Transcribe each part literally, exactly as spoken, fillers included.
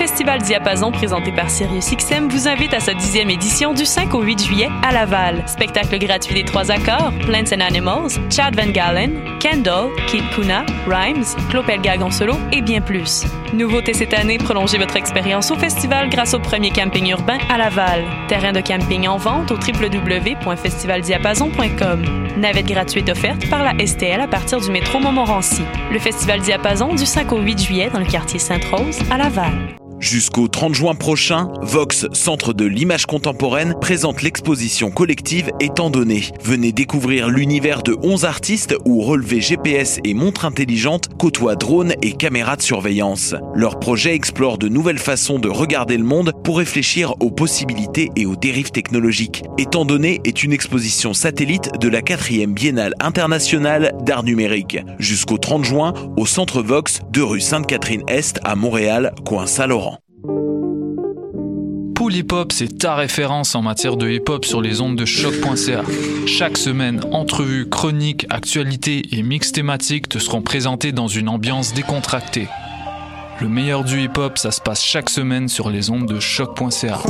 Festival Diapason, présenté par SiriusXM, vous invite à sa dixième édition du cinq au huit juillet à Laval. Spectacle gratuit des trois accords, Plants and Animals, Chad Van Galen, Kendall, Kid Kuna, Rhymes, Claude Pelgag en solo et bien plus. Nouveauté cette année, prolongez votre expérience au festival grâce au premier camping urbain à Laval. Terrain de camping en vente au w w w point festival diapason point com. Navette gratuite offerte par la S T L à partir du métro Montmorency. Le Festival Diapason du cinq au huit juillet dans le quartier Sainte-Rose à Laval. Jusqu'au trente juin prochain, Vox, Centre de l'image contemporaine, présente l'exposition collective Étant donné. Venez découvrir l'univers de onze artistes où relevés G P S et montres intelligentes côtoient drones et caméras de surveillance. Leur projet explore de nouvelles façons de regarder le monde pour réfléchir aux possibilités et aux dérives technologiques. Étant donné est une exposition satellite de la quatrième Biennale internationale d'art numérique. Jusqu'au trente juin, au Centre Vox, deux rue Sainte-Catherine-Est à Montréal, coin Saint-Laurent. Pool Hip Hop, c'est ta référence en matière de hip-hop sur les ondes de choc point c a. Chaque semaine, entrevues, chroniques, actualités et mix thématiques te seront présentés dans une ambiance décontractée. Le meilleur du hip-hop, ça se passe chaque semaine sur les ondes de choc point c a.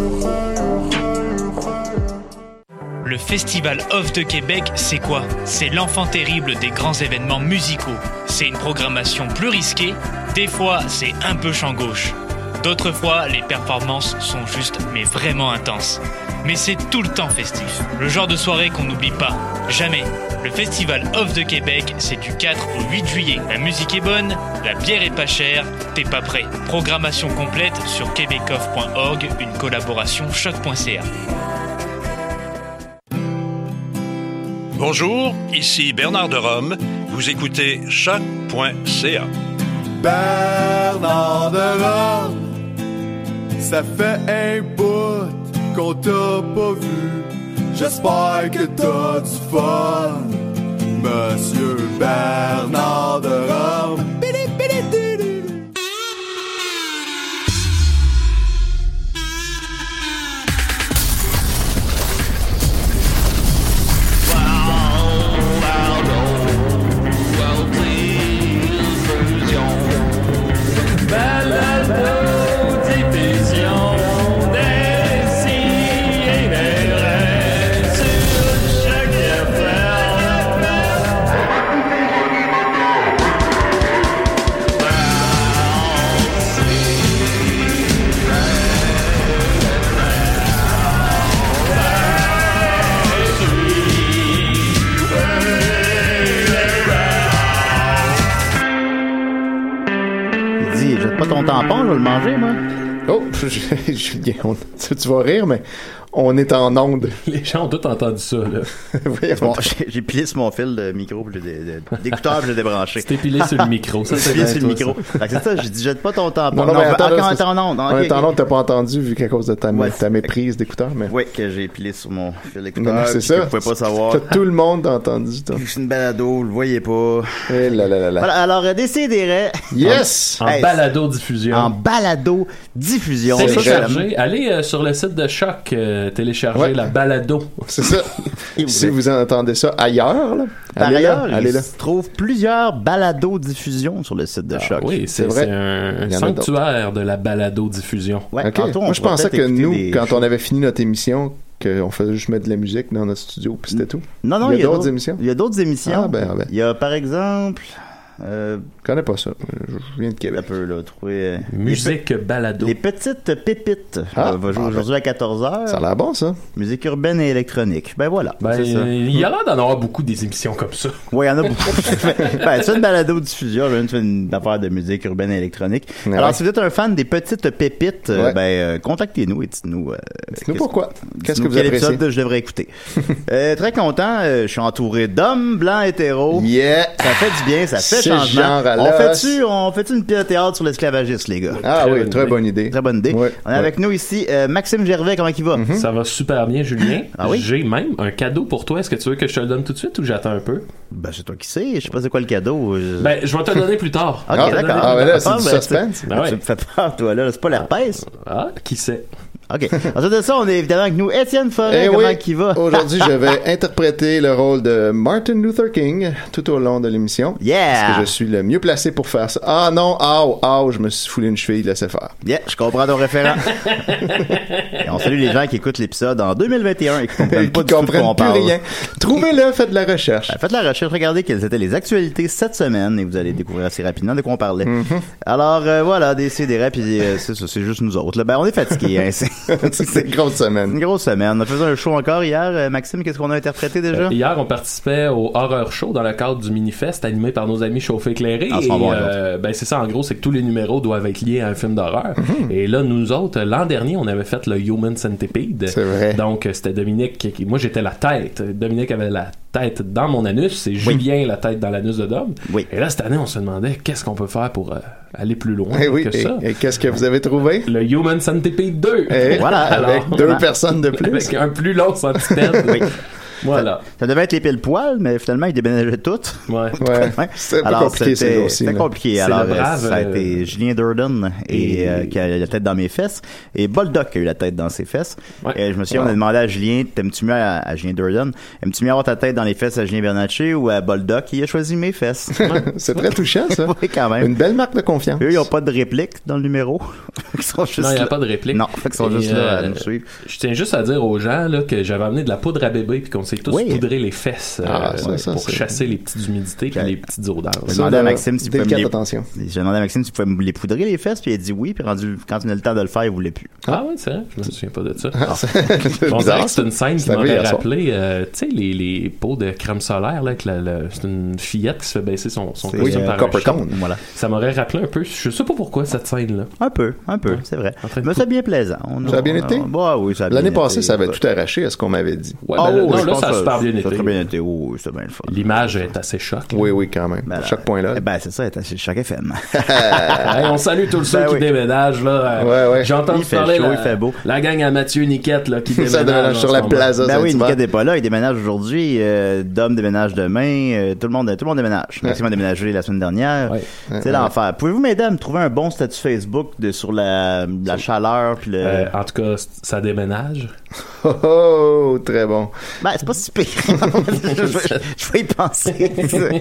Le Festival Off de Québec, c'est quoi? C'est l'enfant terrible des grands événements musicaux. C'est une programmation plus risquée. Des fois, c'est un peu champ gauche. D'autres fois, les performances sont juste, mais vraiment intenses. Mais c'est tout le temps festif. Le genre de soirée qu'on n'oublie pas. Jamais. Le Festival Off de Québec, c'est du quatre au huit juillet. La musique est bonne, la bière est pas chère, t'es pas prêt. Programmation complète sur québecoff point org, une collaboration choc point c a. Bonjour, ici Bernard de Rome. Vous écoutez choc point c a. Bernard de Rome, ça fait un bout qu'on t'a pas vu. J'espère que t'as du fun, Monsieur Bernard de Rome. Ton tampon, je vais le manger, moi. Oh, Julien, on, tu, tu vas rire, mais on est en onde. Les gens ont tous entendu ça, là. Oui, bon, j'ai, j'ai pilé sur mon fil de micro, puis j'ai, de, d'écouteur, puis j'ai débranché. C'était pilé sur le micro. Ça, c'est pilé sur le micro. Fait que c'est ça, j'ai dit, jette pas ton tampon. Non, non, mais non, attends, ah, là, quand t'es en onde. On est en onde, t'as pas entendu, vu qu'à cause de ta, ouais, ta méprise d'écouteur, mais. Oui, que j'ai pilé sur mon fil d'écouteur. Non, c'est ça. Que vous pouvez pas savoir. Tout le monde a entendu, toi. C'est une balado, vous le voyez pas. Eh là là là là. Voilà, alors, euh, décidérez. Yes! En, en hey, balado-diffusion. En balado-diffusion. Téléchargez. Allez euh, sur le site de Choc, euh, téléchargez ouais. la balado. C'est ça. Si vous entendez ça ailleurs, là, Par allez ailleurs, là, allez il là. se trouve plusieurs balados-diffusions sur le site de ah, Choc. Oui, c'est, c'est, vrai. c'est un sanctuaire de la balado-diffusion. Ouais, okay. Antoine, moi, je pensais que nous, des... quand on avait fini notre émission, qu'on faisait juste mettre de la musique dans notre studio, puis c'était tout. Non, non, il y a, il y a d'autres, d'autres émissions. Il y a d'autres émissions. Ah, ben, ben. Il y a, par exemple... Euh, je connais pas ça. Je viens de Québec. Un peu, là, trouver, Musique les balado. Les petites pépites. Ah, euh, va jouer ah, aujourd'hui ben. à quatorze heures. Ça a l'air bon, ça. Musique urbaine et électronique. Ben voilà. Ben, c'est ça. Il y a l'air d'en avoir beaucoup des émissions comme ça. Oui, il y en a beaucoup. ben, c'est une balado-diffusion. Je fais une affaire de musique urbaine et électronique. Ouais. Alors, si vous êtes un fan des petites pépites, ouais. euh, ben, euh, contactez-nous et dites-nous. Euh, dites-nous pourquoi. Qu'est-ce dites-nous que vous quel appréciez? épisode je devrais écouter. euh, très content. Euh, je suis entouré d'hommes blancs hétéros. Yeah. Ça fait du bien, ça fait c'est changement. Genre on fait-tu, on fait-tu une pièce de théâtre sur l'esclavagisme, les gars? Ah très oui, bonne très idée. bonne idée. Très bonne idée. Ouais, on est ouais. avec nous ici, euh, Maxime Gervais, comment il va? Mm-hmm. Ça va super bien, Julien. Ah oui? J'ai même un cadeau pour toi. Est-ce que tu veux que je te le donne tout de suite ou j'attends un peu? Ben, c'est toi qui sais. Je sais pas c'est quoi le cadeau. Je... Ben, je vais te le donner plus tard. Ok, ah, d'accord. Ah, ben là, c'est ah, du ben, suspense. Ben, ouais. Tu me fais peur, toi, là. C'est pas l'herpès. Ah, qui sait? OK. Ensuite de ça, on est évidemment avec nous Étienne Forêt. Eh Comment oui, qui va? Aujourd'hui, je vais interpréter le rôle de Martin Luther King tout au long de l'émission. Yeah! Parce que je suis le mieux placé pour faire ça. Ah non, ah, ah, je me suis foulé une cheville, laissez faire. Yeah, je comprends ton référent. Et on salue les gens qui écoutent l'épisode en deux mille vingt et un et qui comprennent Et pas qui du tout de comprennent quoi on plus parle. rien. Trouvez-le, faites de la recherche. Ben, faites la recherche, regardez quelles étaient les actualités cette semaine et vous allez découvrir assez rapidement de quoi on parlait. Mm-hmm. Alors euh, voilà, des C D R puis euh, c'est ça, c'est juste nous autres. Là. Ben on est fatigués. Hein, c'est c'est une grosse semaine. Une grosse semaine. On faisait un show encore hier. Euh, Maxime, qu'est-ce qu'on a interprété déjà? Euh, hier, on participait au Horror Show dans le cadre du Minifest animé par nos amis Chauffé Éclairé. Ah, et bon, euh, ben c'est ça, en gros, c'est que tous les numéros doivent être liés à un film d'horreur. Mm-hmm. Et là, nous autres, l'an dernier, on avait fait le Human Centipede. C'est vrai. Donc, c'était Dominique qui, moi, j'étais la tête. Dominique avait la tête dans mon anus. C'est Julien, oui. la tête dans l'anus de Dom. Oui. Et là, cette année, on se demandait qu'est-ce qu'on peut faire pour euh, aller plus loin eh oui, que et, ça. Et qu'est-ce que vous avez trouvé? Le Human Centipede deux. Et voilà. Avec Alors, deux voilà. personnes de plus. Avec un plus long centipède. Oui. Voilà. Ça, ça devait être les pile poils, mais finalement, ils déménageaient toutes. Ouais. Ouais. ouais. C'était un peu Alors, compliqué, c'était, ces jours-ci. C'était compliqué. C'est Alors, le brave, ça a euh... été Julien Durden et, et... Euh, qui a la tête dans mes fesses et Boldoc qui a eu la tête dans ses fesses. Ouais. Et je me suis dit, wow. on a demandé à Julien, t'aimes-tu mieux à, à Julien Durden? Aimes-tu mieux avoir ta tête dans les fesses à Julien Bernatchez ou à Boldoc? Il a choisi mes fesses. C'est très touchant, ça. Oui, quand même. Une belle marque de confiance. Eux, ils n'ont pas de réplique dans le numéro. Ils sont juste non, il n'y a là. pas de réplique. Non, ils sont et juste euh, là à nous suivre. Je tiens juste à dire aux gens là, que j'avais amené de la poudre à bébé puis qu'on s'est tous oui. poudré les fesses. Ah, Euh, ça, ça, pour c'est... chasser les petites humidités et les petites odeurs. J'ai demandé à Maxime s'il pouvait me les... attention. J'ai demandé à Maxime s'il pouvait me les poudrer les fesses, puis il a dit oui, puis rendu quand on a le temps de le faire, il voulait plus. Ah oui, c'est vrai, je me souviens pas de ça. Ah, c'est on bizarre, dirait que c'est une scène qui c'est m'aurait arrivé rappelé, euh, tu sais, les, les pots de crème solaire, là, avec la, la, c'est une fillette qui se fait baisser son, son c'est costume euh, par Copper un chat. Cone. Voilà. Ça m'aurait rappelé un peu, je sais pas pourquoi, cette scène-là. Un peu, un peu, Ouais. c'est vrai. En train de Mais pou- c'est bien plaisant. On Ça a bien été? Bah oui, ça a bien L'année été. passée, ça avait tout arraché à ce qu'on m'avait dit. Ouais, Ah ben, oui, non, je là, pense ça a que super bien Ça a été. très bien été, oui, c'est bien le fun. L'image est assez choc. Oui, oui, quand même. Ben, Chaque point là. Eh ben, c'est ça, c'est Choc F M. Hey, on salue tous ceux Ben qui oui. déménagent là. Ouais, ouais. J'ai entendu Il fait parler chaud, la, il fait beau. la gang à Mathieu Niquette là qui déménage Ça déménage en sur ce la moment. plaza. Ben oui, Saint-Hubert. Nicolas n'est pas là, il déménage aujourd'hui, euh, Dom déménage demain, euh, tout le monde, tout le monde déménage. Maxime a déménagé la semaine dernière. Ouais. C'est Ouais. l'enfer. Pouvez-vous m'aider à me trouver un bon statut Facebook de, sur la, la chaleur puis le... Euh, en tout cas, c- ça déménage. Oh, oh, très bon. Ben, c'est pas si pire. je, vais, je vais y penser.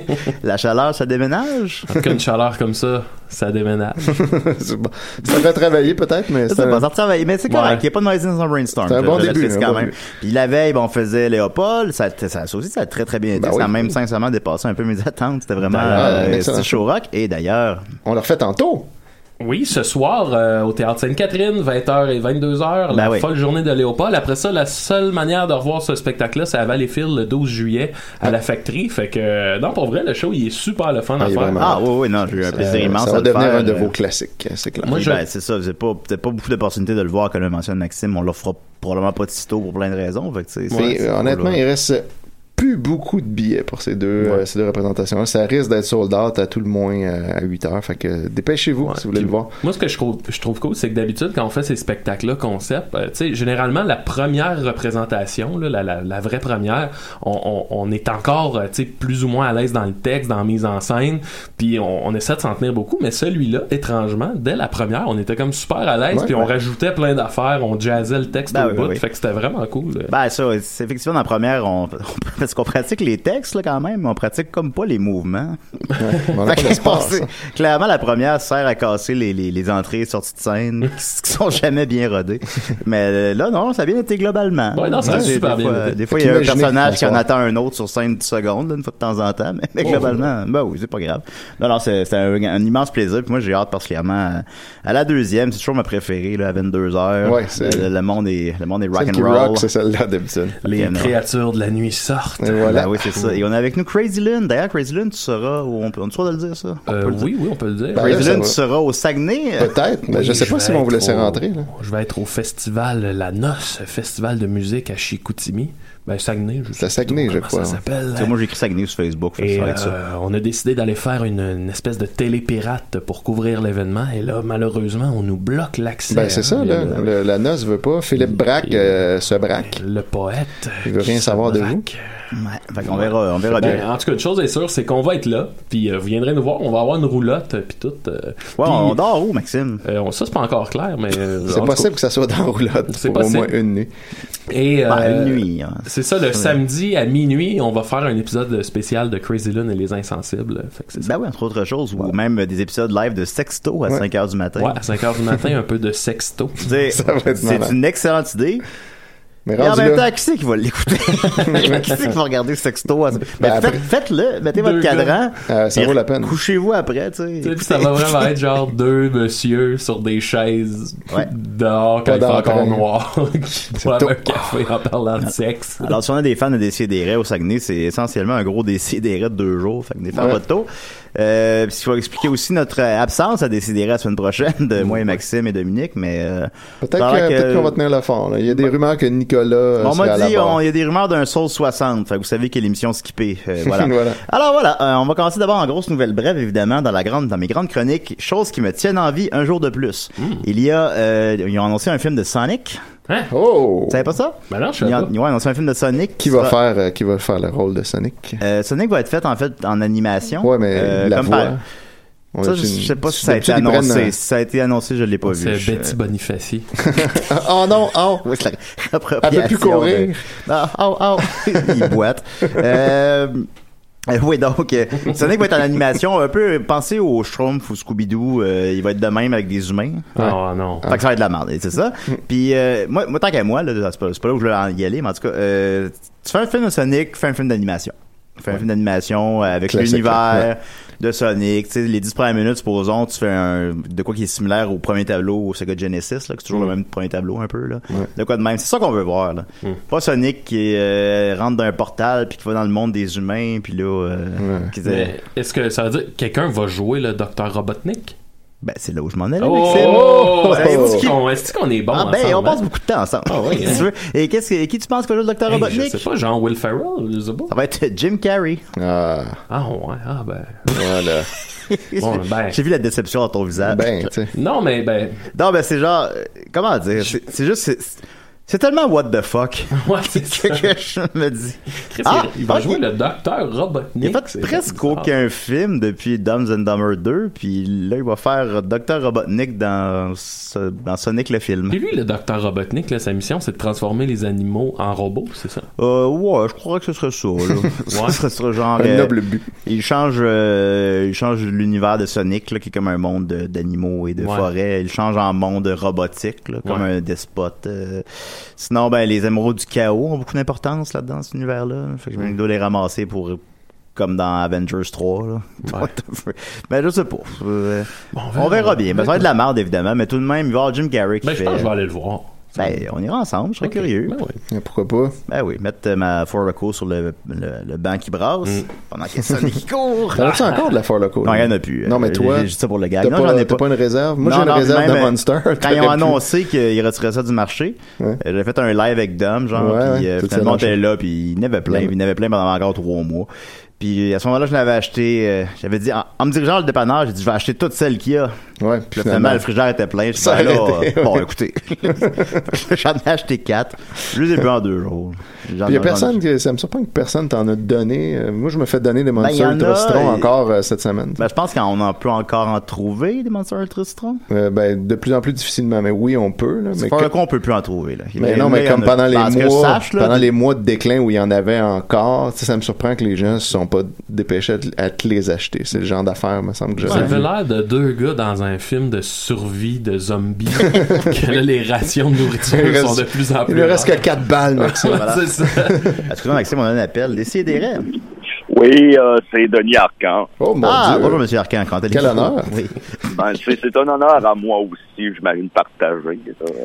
La chaleur, ça déménage? En tout cas, une chaleur comme ça, ça déménage. C'est bon. Ça fait travailler peut-être, mais Ça, c'est c'est un... pas ça travailler, mais c'est correct. Ouais. Il n'y a pas de mauvais dans son brainstorm. C'est un Je- bon je début, l'apprécie un quand bon même. début. Puis la veille, ben, on faisait Léopold. Ça, ça, ça aussi, ça a très, très bien été. Ben ça a oui. même sincèrement dépassé un peu mes attentes. C'était vraiment D'ailleurs, un euh, excellent c'était show rock. Et d'ailleurs, On l'a refait tantôt. Oui, ce soir, euh, au Théâtre Sainte-Catherine, vingt heures et vingt-deux heures, Ben la oui. folle journée de Léopold. Après ça, la seule manière de revoir ce spectacle-là, c'est à Valleyfield le douze juillet à la Factory. Fait que, euh, non, pour vrai, le show, il est super le fun Ah, à il est faire. vraiment- ah oui, oui, non, j'ai eu un plaisir Euh, immense ça à va le devenir faire. un de euh, vos classiques, c'est clair. Moi, Puis, je- ben, c'est ça, vous n'avez pas, peut-être pas beaucoup d'opportunités de le voir, comme le mentionne Maxime. On le fera probablement pas de sitôt pour plein de raisons. Fait que, tu sais, Mais, c'est- euh, c'est honnêtement, cool, il là. reste plus beaucoup de billets pour ces deux, Ouais. euh, ces deux représentations. Ça risque d'être sold out à tout le moins euh, à huit heures. Fait que dépêchez-vous Ouais. si vous voulez Puis le voir. Moi, ce que je trouve, je trouve cool, c'est que d'habitude, quand on fait ces spectacles-là, concept, euh, tu sais, généralement, la première représentation, là, la, la, la vraie première, on, on, on est encore, euh, tu sais, plus ou moins à l'aise dans le texte, dans la mise en scène, puis on, on essaie de s'en tenir beaucoup, mais celui-là, étrangement, dès la première, on était comme super à l'aise, Ouais, puis on ouais. rajoutait plein d'affaires, on jazzait le texte Ben au oui, bout, oui, oui. fait que c'était vraiment cool. euh. Ben ça, c'est effectivement dans la première, on, on- parce qu'on pratique les textes là quand même, mais on pratique comme pas les mouvements. On a Fait pas que d'espace. c'est- clairement, la première sert à casser les, les, les entrées et sorties de scène qui, qui sont jamais bien rodées. Mais euh, là, non, ça a bien été globalement. Ouais, non, ça a Des- super des bien fois, été. Des fois, Fait il y a un qu'imaginez, personnage qui en bonsoir. attend un autre sur scène dix secondes, là, une fois de temps en temps. Mais, mais Oh. globalement, ben oui, c'est pas grave. Non, non, c'est c'est un, un immense plaisir. Puis moi, j'ai hâte particulièrement à, à la deuxième. C'est toujours ma préférée, là, à vingt-deux heures. Ouais, c'est- le, le monde est, le monde est Celle qui rock'n'roll. rock, c'est celle-là d'habitude. Les Ok, non. créatures de la nuit sortent. Et voilà. Ben oui, c'est ça. Et on est avec nous Crazy Lynn. D'ailleurs, Crazy Lynn, tu seras, au- on peut, on est sûr de le dire, ça? On Euh, peut le dire. oui, oui, on peut le dire. Ben, Crazy ça Lynn, va. tu seras au Saguenay. Peut-être, mais Oui, je sais pas vais s'ils vont vous être laisser au- rentrer. Là. Je vais être au festival La Noce, festival de musique à Chicoutimi. Ben, Saguenay, je C'est à sais Saguenay, pas je comment crois, ça ouais. s'appelle. Tu sais, moi, j'ai écrit Saguenay sur Facebook. Fait que Et ça va être ça. euh, on a décidé d'aller faire une, une espèce de télé-pirate pour couvrir l'événement. Et là, malheureusement, on nous bloque l'accès. Ben, c'est ça, hein. là. Le, Le- la noce veut pas. Philippe Braque euh, se braque. le poète. Il veut rien qui se savoir de braque. vous. Ouais, fait qu'on verra, on verra ben, bien. En tout cas, une chose est sûre, c'est qu'on va être là, puis euh, vous viendrez nous voir, on va avoir une roulotte, puis tout. Euh, ouais, pis, on dort où, Maxime? Euh, ça, c'est pas encore clair, mais... Euh, c'est possible que ça soit dans la roulotte. C'est pour possible. Au moins une nuit. Et, euh, ben, une nuit. Hein. C'est ça, le samedi à minuit, on va faire un épisode spécial de Crazy Lune et les Insensibles. Fait que c'est ça. Ben oui, entre autres choses, ou ouais. même des épisodes live de Sexto à ouais. cinq heures du matin. Ouais, à cinq heures du matin, un peu de Sexto. C'est, c'est une excellente idée. Mais et en même temps, qui c'est qui va l'écouter? Qui c'est qui va regarder Sexto? Ben, ben, faites, faites-le, mettez votre cadran. Euh, ça vaut la peine. Couchez-vous après, tu sais. Ça va vraiment être genre deux messieurs sur des chaises ouais. dehors quand il fait encore noir qui boivent un café en parlant de sexe. Alors, si on a des fans de Décideret au Saguenay, c'est essentiellement un gros Décideret de deux jours. Fait que des fans ouais. tôt. Euh, puis il faut expliquer aussi notre absence à Décideret la semaine prochaine de moi et Maxime et Dominique, mais euh, peut-être, que, que... peut-être qu'on va tenir le fond. Là. Il y a des rumeurs que Nicolas euh, on m'a dit il y a des rumeurs d'un Soul soixante, fait que vous savez quelle émission skippée. Euh, voilà. voilà. Alors voilà, euh, on va commencer d'abord en grosse nouvelle brève évidemment dans la grande dans mes grandes chroniques, choses qui me tiennent en vie un jour de plus. Mm. Il y a euh, ils ont annoncé un film de Sonic. Hein? Oh! Tu savais pas ça? Ben non, je sais pas. Ils ont annoncé un film de Sonic. Qui va sera... faire, euh, qui va faire le rôle de Sonic? Euh, Sonic va être fait, en fait, en animation. Ouais, mais euh, la comme voix... Par... Ça, je, je sais pas si ça a été annoncé. Prennent... Si ça a été annoncé, je l'ai pas c'est vu. C'est Betty je... Bonifaci. Oh non, oh! Oui, c'est la Elle peut plus courir. De... Oh, oh, oh! Il boite. euh... Euh, oui, donc, euh, Sonic va être en animation, un peu pensez au Schtroumpf ou Scooby-Doo, euh, il va être de même avec des humains. Oh ouais. non. Fait que ça va être de la merde, c'est ça. Puis, euh, moi, moi, tant qu'à moi, là, c'est pas, c'est pas là où je vais y aller, mais en tout cas, euh, tu fais un film de Sonic, fais un film d'animation. Fais un ouais. film d'animation avec classique, l'univers ouais. de Sonic. Tu sais, les dix premières minutes, supposons, tu fais un, de quoi qui est similaire au premier tableau au Sega Genesis, là, que c'est toujours mm. le même premier tableau un peu, là. Ouais. De quoi de même. C'est ça qu'on veut voir, là. Mm. Pas Sonic qui euh, rentre dans un portal puis qui va dans le monde des humains puis là, euh, ouais. qui, euh, est-ce que ça veut dire que quelqu'un va jouer le docteur Robotnik? Ben, c'est là où je m'en allais, oh, Maxime. Oh, oh, est-ce, qu'on, est-ce qu'on est bon ah, ben, ensemble? on passe beaucoup de temps ensemble. Ah, oui, hein? Et qu'est-ce que, qui tu penses que va jouer le docteur hey, Robotnik? Je sais pas, genre Will Ferrell, je sais pas. Ça va être Jim Carrey. Ah. Ah, ouais, ah, ben. Voilà. Bon, ben. J'ai vu la déception dans ton visage. Ben, tu sais. Non, mais, ben. Non, ben, c'est genre, comment dire? C'est, c'est juste, c'est, c'est tellement what the fuck. Ouais, c'est que, que je me dis. Chris, ah, il va jouer le docteur Robotnik. Il a fait presque aucun film depuis Dumb and Dumber deux, puis là, il va faire docteur Robotnik dans, dans Sonic le film. Puis lui, le docteur Robotnik, là, sa mission, c'est de transformer les animaux en robots, c'est ça? Euh, ouais, je crois que ce serait ça, là. Ouais. Ce serait genre. Un euh, noble but. Il change, euh, il change l'univers de Sonic, là, qui est comme un monde de, d'animaux et de ouais. forêts. Il change en monde robotique, là, comme ouais. un despote. Euh, Sinon, ben, les émeraudes du chaos ont beaucoup d'importance là-dedans, dans cet univers-là. Fait que je me dois les ramasser pour, comme dans Avengers trois, là. Ouais. Ben, je sais pas. Euh, bon, on verra, on verra bien. Ben, ça va être de la merde, évidemment, mais tout de même, il va y avoir Jim Carrey qui ben, fait... je pense que je vais aller le voir. Ben, on ira ensemble, je serais okay. curieux. Ben oui. Pourquoi pas? Ben oui, mettre ma Four Loko sur le, le, le banc qui brasse mm. pendant qu'il y a Sonic qui court. T'en as-tu encore de la Four Loko? Non, il n'y en a plus. Non, mais toi, j'ai juste ça pour le gag. T'as non, pas, j'en ai pas. pas. pas une réserve? Moi, non, j'ai une non, réserve même, de Monster. Quand ils ont annoncé qu'ils retiraient ça du marché, ouais. j'avais fait un live avec Dom, genre, ouais, puis euh, finalement, on était là, puis il n'avait plein, il n'avait plein pendant encore trois mois. Puis à ce moment-là, je l'avais acheté, euh, j'avais dit, en, en me dirigeant le dépanneur, j'ai dit, je vais acheter toutes celles qu'il y a. Ouais, puis finalement, le frigidaire était plein. Je dis, ben là, euh, bon, écoutez, j'en ai acheté quatre. Je les ai bu en deux jours. Il y a personne, que, ça me surprend que personne t'en a donné. Moi, je me fais donner des Monster ben, Ultra Citron encore euh, cette semaine. Ben, je pense qu'on en peut encore en trouver, des Monster Ultra Citron. Euh, ben, de plus en plus difficilement, mais oui, on peut. Là, mais pour que... le coup, on peut plus en trouver. Là. Mais non, mais comme pendant les mois, sache, là, pendant les mois de déclin où il y en avait encore, ça me surprend que les gens se sont pas dépêchés à te les acheter. C'est le genre d'affaire, me semble que j'ai. Ça avait l'air de deux gars dans un film de survie de zombies que là, les rations de nourriture reste, sont de plus en plus. Il ne reste que quatre balles, Maxime. Voilà. C'est ça. Excusez-moi, Maxime, on a un appel. Décidérez. Oui, euh, c'est Denis Arcand. Oh mon ah, Dieu. bonjour, monsieur Arcand. Quel Quel honneur. Oui. Ben, c'est, c'est un honneur à moi aussi, j'imagine, partagé.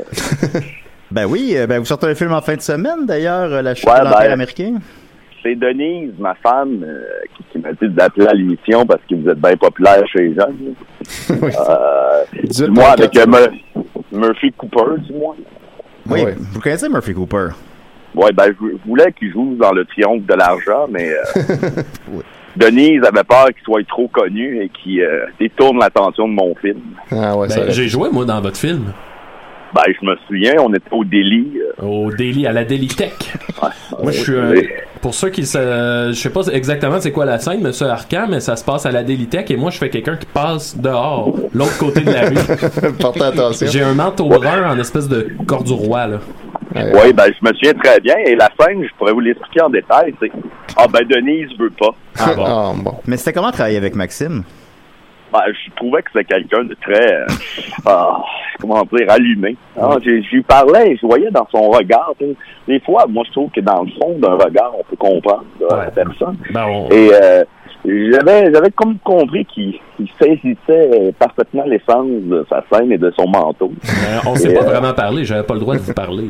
ben oui, ben vous sortez un film en fin de semaine, d'ailleurs, La chute ouais, de l'Empire ben, américain. C'est Denise, ma femme, euh, qui, qui m'a dit d'appeler à l'émission parce que vous êtes bien populaire chez les jeunes. Oui. Euh, du moins, avec euh, Mur- Murphy Cooper, du moins. Oui, oui, vous connaissez Murphy Cooper? Oui, ben, je, je voulais qu'il joue dans le triomphe de l'argent, mais euh, oui. Denise avait peur qu'il soit trop connu et qu'il euh, détourne l'attention de mon film. Ah ouais, ben, j'ai joué, moi, dans votre film. Ben, je me souviens, on était au Daily. Euh... Au Daily, à la Daily Tech. Moi, je suis euh, pour ceux qui se, je sais pas exactement c'est quoi la scène, Monsieur Arcan, mais ça se passe à la Délitech et moi, je fais quelqu'un qui passe dehors, l'autre côté de la rue. Portez attention. J'ai un manteau brun en espèce de corps du roi là. Oui, ben je me souviens très bien. Et la scène, je pourrais vous l'expliquer en détail. C'est ah ben Denise veut pas. Ah bon. Ah, bon. Mais c'était comment travailler avec Maxime? Ben, je trouvais que c'était quelqu'un de très, euh, ah, comment dire, allumé. Ah, j'ai, je lui parlais, je voyais dans son regard. Des fois, moi, je trouve que dans le fond d'un regard, on peut comprendre euh, ouais. la personne. Ben, on... Et euh, j'avais, j'avais comme compris qu'il, qu'il saisissait parfaitement l'essence de sa scène et de son manteau. Ben, on s'est et, pas euh... vraiment parlé. J'avais pas le droit de vous parler.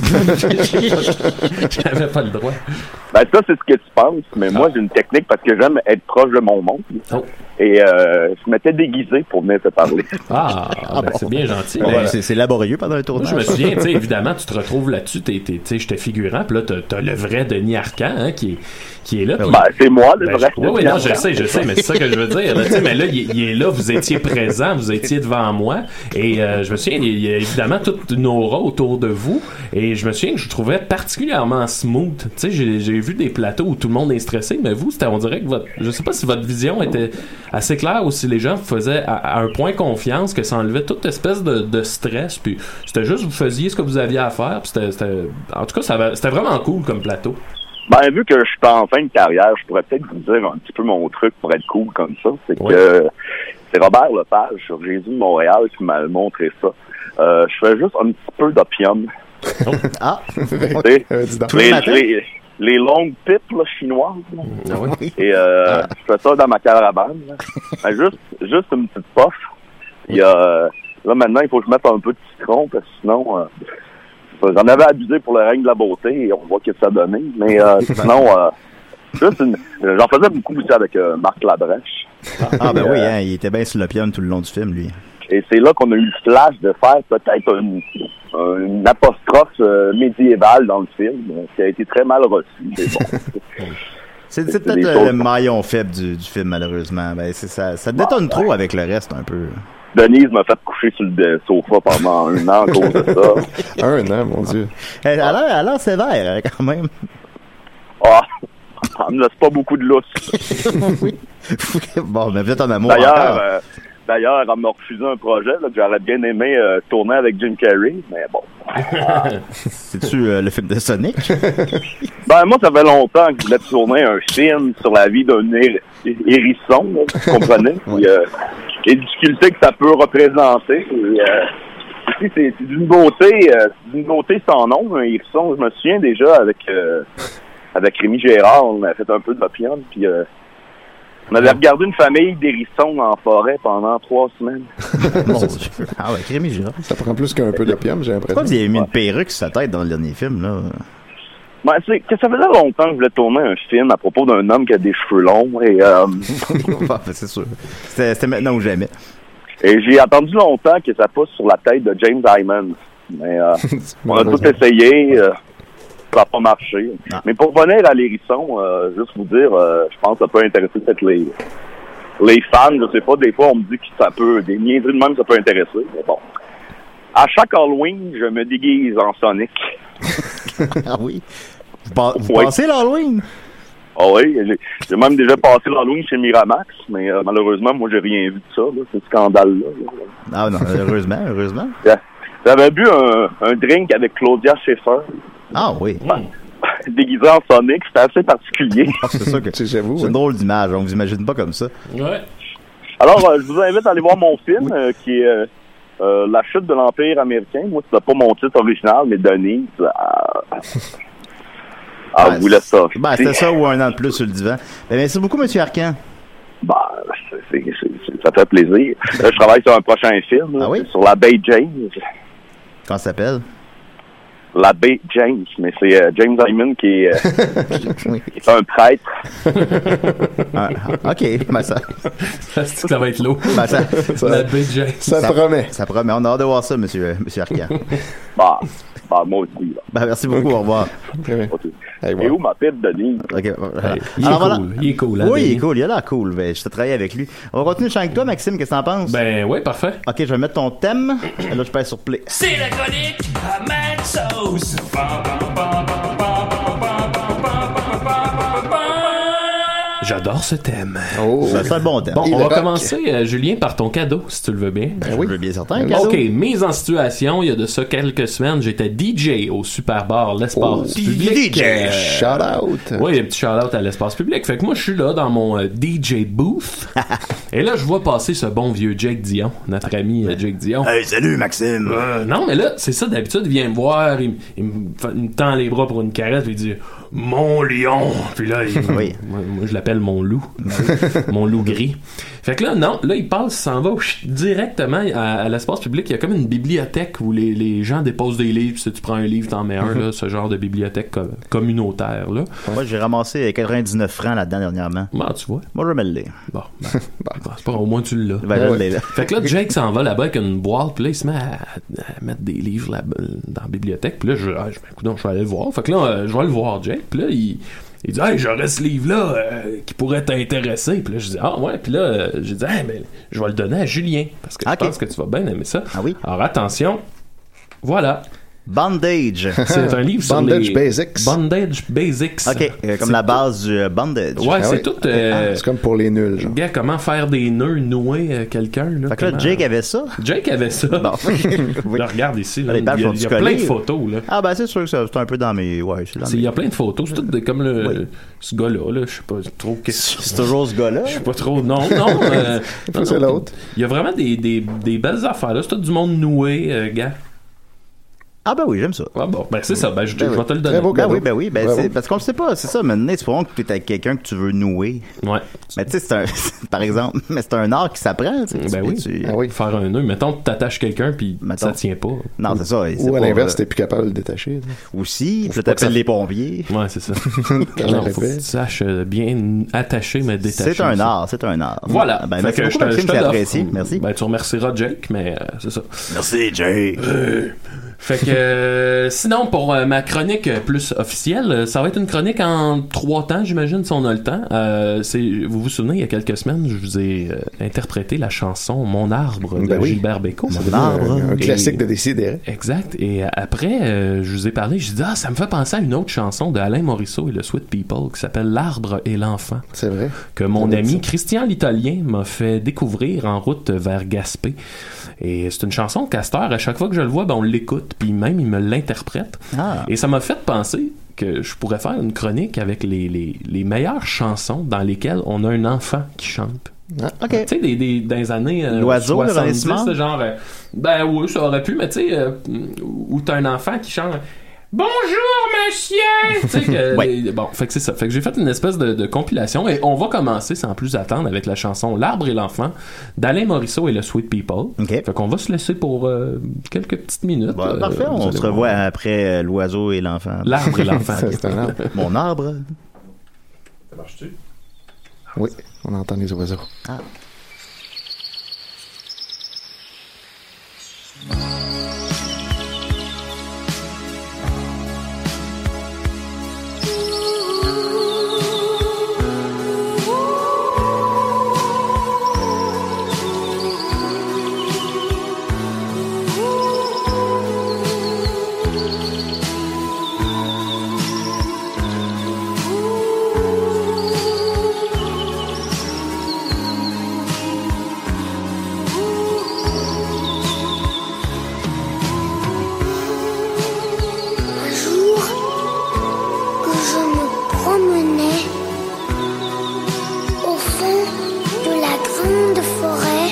J'avais pas le droit. Ben, ça, c'est ce que tu penses. Mais ah. moi, j'ai une technique parce que j'aime être proche de mon monde. Oh. Et euh, je m'étais déguisé pour venir te parler. Ah, ah ben, bon. C'est bien gentil. Ben, ben, c'est, c'est laborieux pendant le tournage. Moi, je me souviens, tu sais, évidemment, tu te retrouves là-dessus, t'es, t'es, t'sais, j'étais figurant, puis là, t'as, t'as le vrai Denis Arcan, hein, qui est, qui est là. Pis, ben, c'est moi, le ben, vrai. Oui, oui, non, je sais, je sais, mais c'est ça que je veux dire. Là, mais là, il, il est là, vous étiez présent, vous étiez devant moi, et euh, je me souviens, il y a évidemment toute une aura autour de vous, et je me souviens que je trouvais particulièrement smooth. Tu sais, j'ai, j'ai vu des plateaux où tout le monde est stressé, mais vous, c'était, on dirait que votre, je sais pas si votre vision était assez claire ou si les gens vous faisaient à, à un point confiance que ça enlevait toute espèce de, de stress, puis c'était juste vous faisiez ce que vous aviez à faire, puis c'était, c'était en tout cas ça va, c'était vraiment cool comme plateau. Ben vu que je suis en fin de carrière, je pourrais peut-être vous dire un petit peu mon truc pour être cool comme ça, c'est oui. que c'est Robert Lepage sur Jésus de Montréal qui m'a montré ça. Euh, je fais juste un petit peu d'opium. Oh. Ah, okay. euh, les, les, les longues pipes là, chinoises. Là. Ah oui. Et euh, ah. je fais ça dans ma caravane. Ben, juste, juste une petite puff. Il y a, là maintenant, il faut que je mette un peu de citron parce que sinon, euh, j'en avais abusé pour le règne de la beauté et on voit que ça donnait. Mais euh, sinon, euh, juste une, j'en faisais beaucoup aussi avec euh, Marc Labrèche. Ah ben et, oui, euh, hein, il était bien sur l'opium tout le long du film, lui. Et c'est là qu'on a eu le flash de faire peut-être une, une apostrophe euh, médiévale dans le film, qui a été très mal reçu. C'est, bon. c'est, c'est, c'est peut-être euh, le maillon faible du, du film, malheureusement. Ben, c'est, ça, ça détonne bon, trop ouais. avec le reste, un peu. Denise m'a fait coucher sur le sofa pendant un an à cause de ça. Un an, mon Dieu. Elle a l'air, elle a l'air sévère, quand même. Ah, elle me laisse pas beaucoup de lousse. Oui. Bon, mais vous êtes en amour D'ailleurs, encore. Euh, D'ailleurs, elle m'a refusé un projet là, que j'aurais bien aimé euh, tourner avec Jim Carrey, mais bon. C'est-tu euh, le film de Sonic? Ben, moi, ça fait longtemps que je voulais tourner un film sur la vie d'un hér- hérisson, là, vous comprenez? Puis, euh, les difficultés que ça peut représenter. Et, euh, aussi, c'est, c'est d'une beauté, euh, c'est d'une beauté sans nom, un hérisson. Je me souviens déjà avec, euh, avec Rémi Gérard, on a fait un peu d'opium, puis... Euh, on avait regardé une famille d'hérissons en forêt pendant trois semaines. Mon Dieu. Ah ouais, Rémi Girard. Ça prend plus qu'un peu d'opium, j'ai l'impression. Pourquoi vous avez mis une perruque sur sa tête dans le dernier film, là? Ben, c'est que ça faisait longtemps que je voulais tourner un film à propos d'un homme qui a des cheveux longs et... Euh... ah, ben, c'est sûr. C'était, c'était maintenant ou jamais. Et j'ai attendu longtemps que ça pousse sur la tête de James Hyman. Mais euh, on a tout essayé... Euh... ça n'a pas marché. Ah. Mais pour revenir à l'hérisson, euh, juste vous dire, euh, je pense que ça peut intéresser peut-être les, les fans. Je sais pas, des fois, on me dit que ça peut, des niaiseries de même, ça peut intéresser. Mais bon. À chaque Halloween, je me déguise en Sonic. Ah oui? Vous, pa- vous oui. passez l'Halloween? Ah oui, j'ai, j'ai même déjà passé l'Halloween chez Miramax, mais euh, malheureusement, moi, j'ai rien vu de ça, là, ce scandale-là. Là. Ah non, heureusement, heureusement. J'avais bu un, un drink avec Claudia Schiffer. Ah oui. Déguisé en Sonic, c'était assez particulier. Ah, c'est ça que tu sais, j'avoue. C'est une drôle d'image, on vous imagine pas comme ça. Ouais. Alors, euh, je vous invite à aller voir mon film, euh, qui est euh, euh, La chute de l'Empire américain. Moi, c'est pas mon titre original, mais Denise. Euh... Ah, ben, vous laisse ça. Ben, c'était ça ou un an de plus sur le divan. Ben, merci beaucoup, M. Arcan. Ben, c'est, c'est, c'est, ça fait plaisir. Là, je travaille sur un prochain film, ah oui? Sur la baie James. Comment ça s'appelle? La baie James, mais c'est euh, James Hyman qui est, euh, oui. qui est un prêtre. Ah, ok, ben ça... ça va être lourd. Ben ça, ça, la baie James. Ça, ça promet. Ça promet. On a hâte de voir ça, monsieur, monsieur Arcan. Bah, bah, moi aussi. Là. Ben, merci beaucoup, okay. Au revoir. Okay. Hey, Et où ma pile de Denis? Okay. Hey, il, Alors, voilà. il est cool. Hein, oui, Denis. il est cool. Il a l'air cool. Ben, je t'ai travaillé avec lui. On va continuer le chant avec toi, Maxime. Qu'est-ce que t'en penses? Ben, oui, parfait. Ok, je vais mettre ton thème. Là, je passe sur play. C'est la chronique à Mad Sauce. Ba, ba, ba, ba, ba, ba, ba. J'adore ce thème. Oh, ça, c'est un bon thème. Bon, Et on va rock. commencer, euh, Julien, par ton cadeau, si tu le veux bien. Ben oui. Je veux bien certain, un cadeau. OK, mise en situation, il y a de ça quelques semaines, j'étais D J au Super Bar L'Espace Oh, Public. D J, Euh, shout out. Oui, un petit shout out à l'Espace Public. Fait que moi, je suis là dans mon euh, D J booth. Et là, je vois passer ce bon vieux Jake Dion, notre ami euh, Jake Dion. Hey, salut, Maxime. Euh, non, mais là, c'est ça, d'habitude, il vient me voir, il, il, me, fait- il me tend les bras pour une caresse, puis il dit « Mon lion! » Puis là, il, Oui. moi, moi, je l'appelle mon loup. Mon loup gris. Fait que là, non, là, il passe, il s'en va chut, directement à, à l'espace public. Il y a comme une bibliothèque où les, les gens déposent des livres. Si tu prends un livre, t'en mets un, là, ce genre de bibliothèque co- communautaire, là. Moi, j'ai ramassé quatre-vingt-dix-neuf francs là-dedans dernièrement. Bon, tu vois. Moi, je vais me le lire. Bon, ben, ben, c'est pas grave, au moins tu l'as. Ben, je l'ai, là. Fait que là, Jake s'en va là-bas avec une boîte, puis là, il se met à, à mettre des livres là, dans la bibliothèque, puis là, je, ah, je, ben, écoute, je vais aller le voir. Fait que là, euh, je vais le voir, Jake, puis là, il, il dit, hey, j'aurais ce livre-là euh, qui pourrait t'intéresser. Puis là, je dis, ah ouais, puis là, euh, j'ai dit, hey, mais je vais le donner à Julien, parce que je Okay. pense que tu vas bien aimer ça. Ah oui? Alors, attention, voilà. Bandage. C'est un livre sur Bandage les... Basics. Bandage Basics. OK, euh, comme C'est la base du euh, bandage. Ouais, Ah c'est oui. tout... euh, C'est comme pour les nuls, genre. Gars, comment faire des nœuds, nouer euh, quelqu'un. Là, Fait que là, comment- Jake avait ça. Jake avait ça. Bon. Oui. Là, regarde ici, là, Les il y a, pages il y a sont-tu plein collées, de ou? photos. Là. Ah, ben, c'est sûr que ça, c'est un peu dans mes. Ouais, c'est dans C'est- Il mes. y a plein de photos. C'est tout de- comme le, Oui. ce gars-là. Là, je sais pas trop. qu'est-ce- C'est toujours ce gars-là. Je sais pas trop. Non, non. euh, non, C'est non. l'autre. Il y a vraiment des, des, des belles affaires. Là. C'est tout du monde noué, euh, gars. Ah, ben oui, j'aime ça. Ah bon, ben c'est ça. Ben, je, Ben je oui. vais te le Très donner. beau Ben cadeau. oui, ben oui, ben Bravo. c'est parce qu'on le sait pas, c'est ça, maintenant, c'est pas que tu es avec quelqu'un que tu veux nouer. Ouais. Mais tu sais, c'est un, par exemple, mais c'est un art qui s'apprend, tu sais. Ben tu- oui. tu- Ah oui. Faire un nœud. Mettons, tu t'attaches quelqu'un, puis Mettons. ça tient pas. Non, c'est ça. c'est Ou à pas, l'inverse, euh, t'es plus capable de le détacher. là. Aussi, Faut je pas que t'appelle ça- les pompiers. Ouais, c'est ça. Quand Non, j'en faut que répète. tu saches euh, bien attacher, mais détacher. C'est un aussi. art, c'est un art. Voilà. Ben, Fait merci que beaucoup, je te- Maxime, je te c'est l'offre. apprécié. Merci. Ben, tu remercieras Jake, mais euh, c'est ça. Merci, Jake. Fait que euh, sinon pour euh, ma chronique euh, plus officielle, euh, ça va être une chronique en trois temps, j'imagine, si on a le temps. Euh, c'est, vous vous souvenez, il y a quelques semaines, je vous ai euh, interprété la chanson Mon arbre de Ben oui. Gilbert Bécaud. Mon arbre. Un, un Et- classique de Décideret. Exact. Et euh, après, euh, je vous ai parlé, je dis ah, ça me fait penser à une autre chanson de Alain Morisseau et le Sweet People qui s'appelle L'arbre et l'enfant, C'est vrai. que mon Ça ami dit ça. Christian l'Italien m'a fait découvrir en route vers Gaspé. Et c'est une chanson de Castor. À chaque fois que je le vois, ben, on l'écoute, puis même il me l'interprète. Ah. Et ça m'a fait penser que je pourrais faire une chronique avec les, les, les meilleures chansons dans lesquelles on a un enfant qui chante. Ah, OK. Tu sais, des, des, dans les années euh, L'oiseau, le soixante-dix, Renaissance? là, genre, euh, ben oui, ça aurait pu, mais tu sais, euh, où t'as un enfant qui chante Bonjour, monsieur! Tu sais, que, Ouais. les- bon, fait que c'est ça. Fait que j'ai fait une espèce de, de compilation et on va commencer sans plus attendre avec la chanson L'arbre et l'enfant d'Alain Morisseau et le Sweet People. OK. Fait qu'on va se laisser pour euh, quelques petites minutes. Bon, Euh, parfait, vous on allez se voir. revoit après euh, l'oiseau et l'enfant. L'arbre et l'enfant. Ça, c'est un arbre. Mon arbre. Ça marche-tu? Oui, on entend les oiseaux. Ah. Un jour que je me promenais au fond de la grande forêt,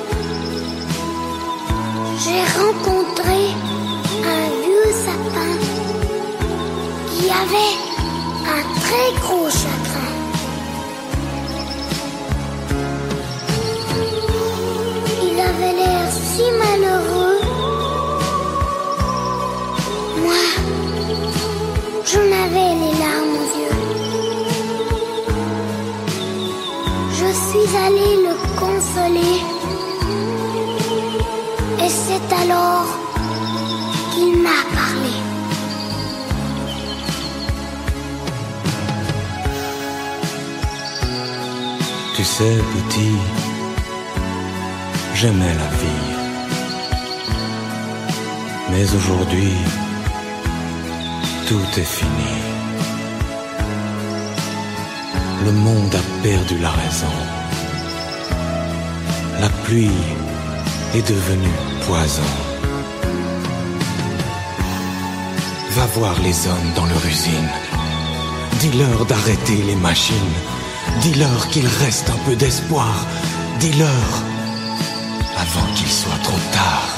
j'ai rencontré un vieux sapin qui avait un très gros chagrin. Il avait l'air si malheureux. Moi, j'en avais les larmes aux yeux. Je suis allée le consoler. Et c'est alors qu'il m'a parlé. Tu sais, petit, j'aimais la vie. Mais aujourd'hui, tout est fini. le monde a perdu la raison. La pluie est devenue poison. Va voir les hommes dans leur usine. Dis-leur d'arrêter les machines. Dis-leur qu'il reste un peu d'espoir. Dis-leur avant qu'il soit trop tard.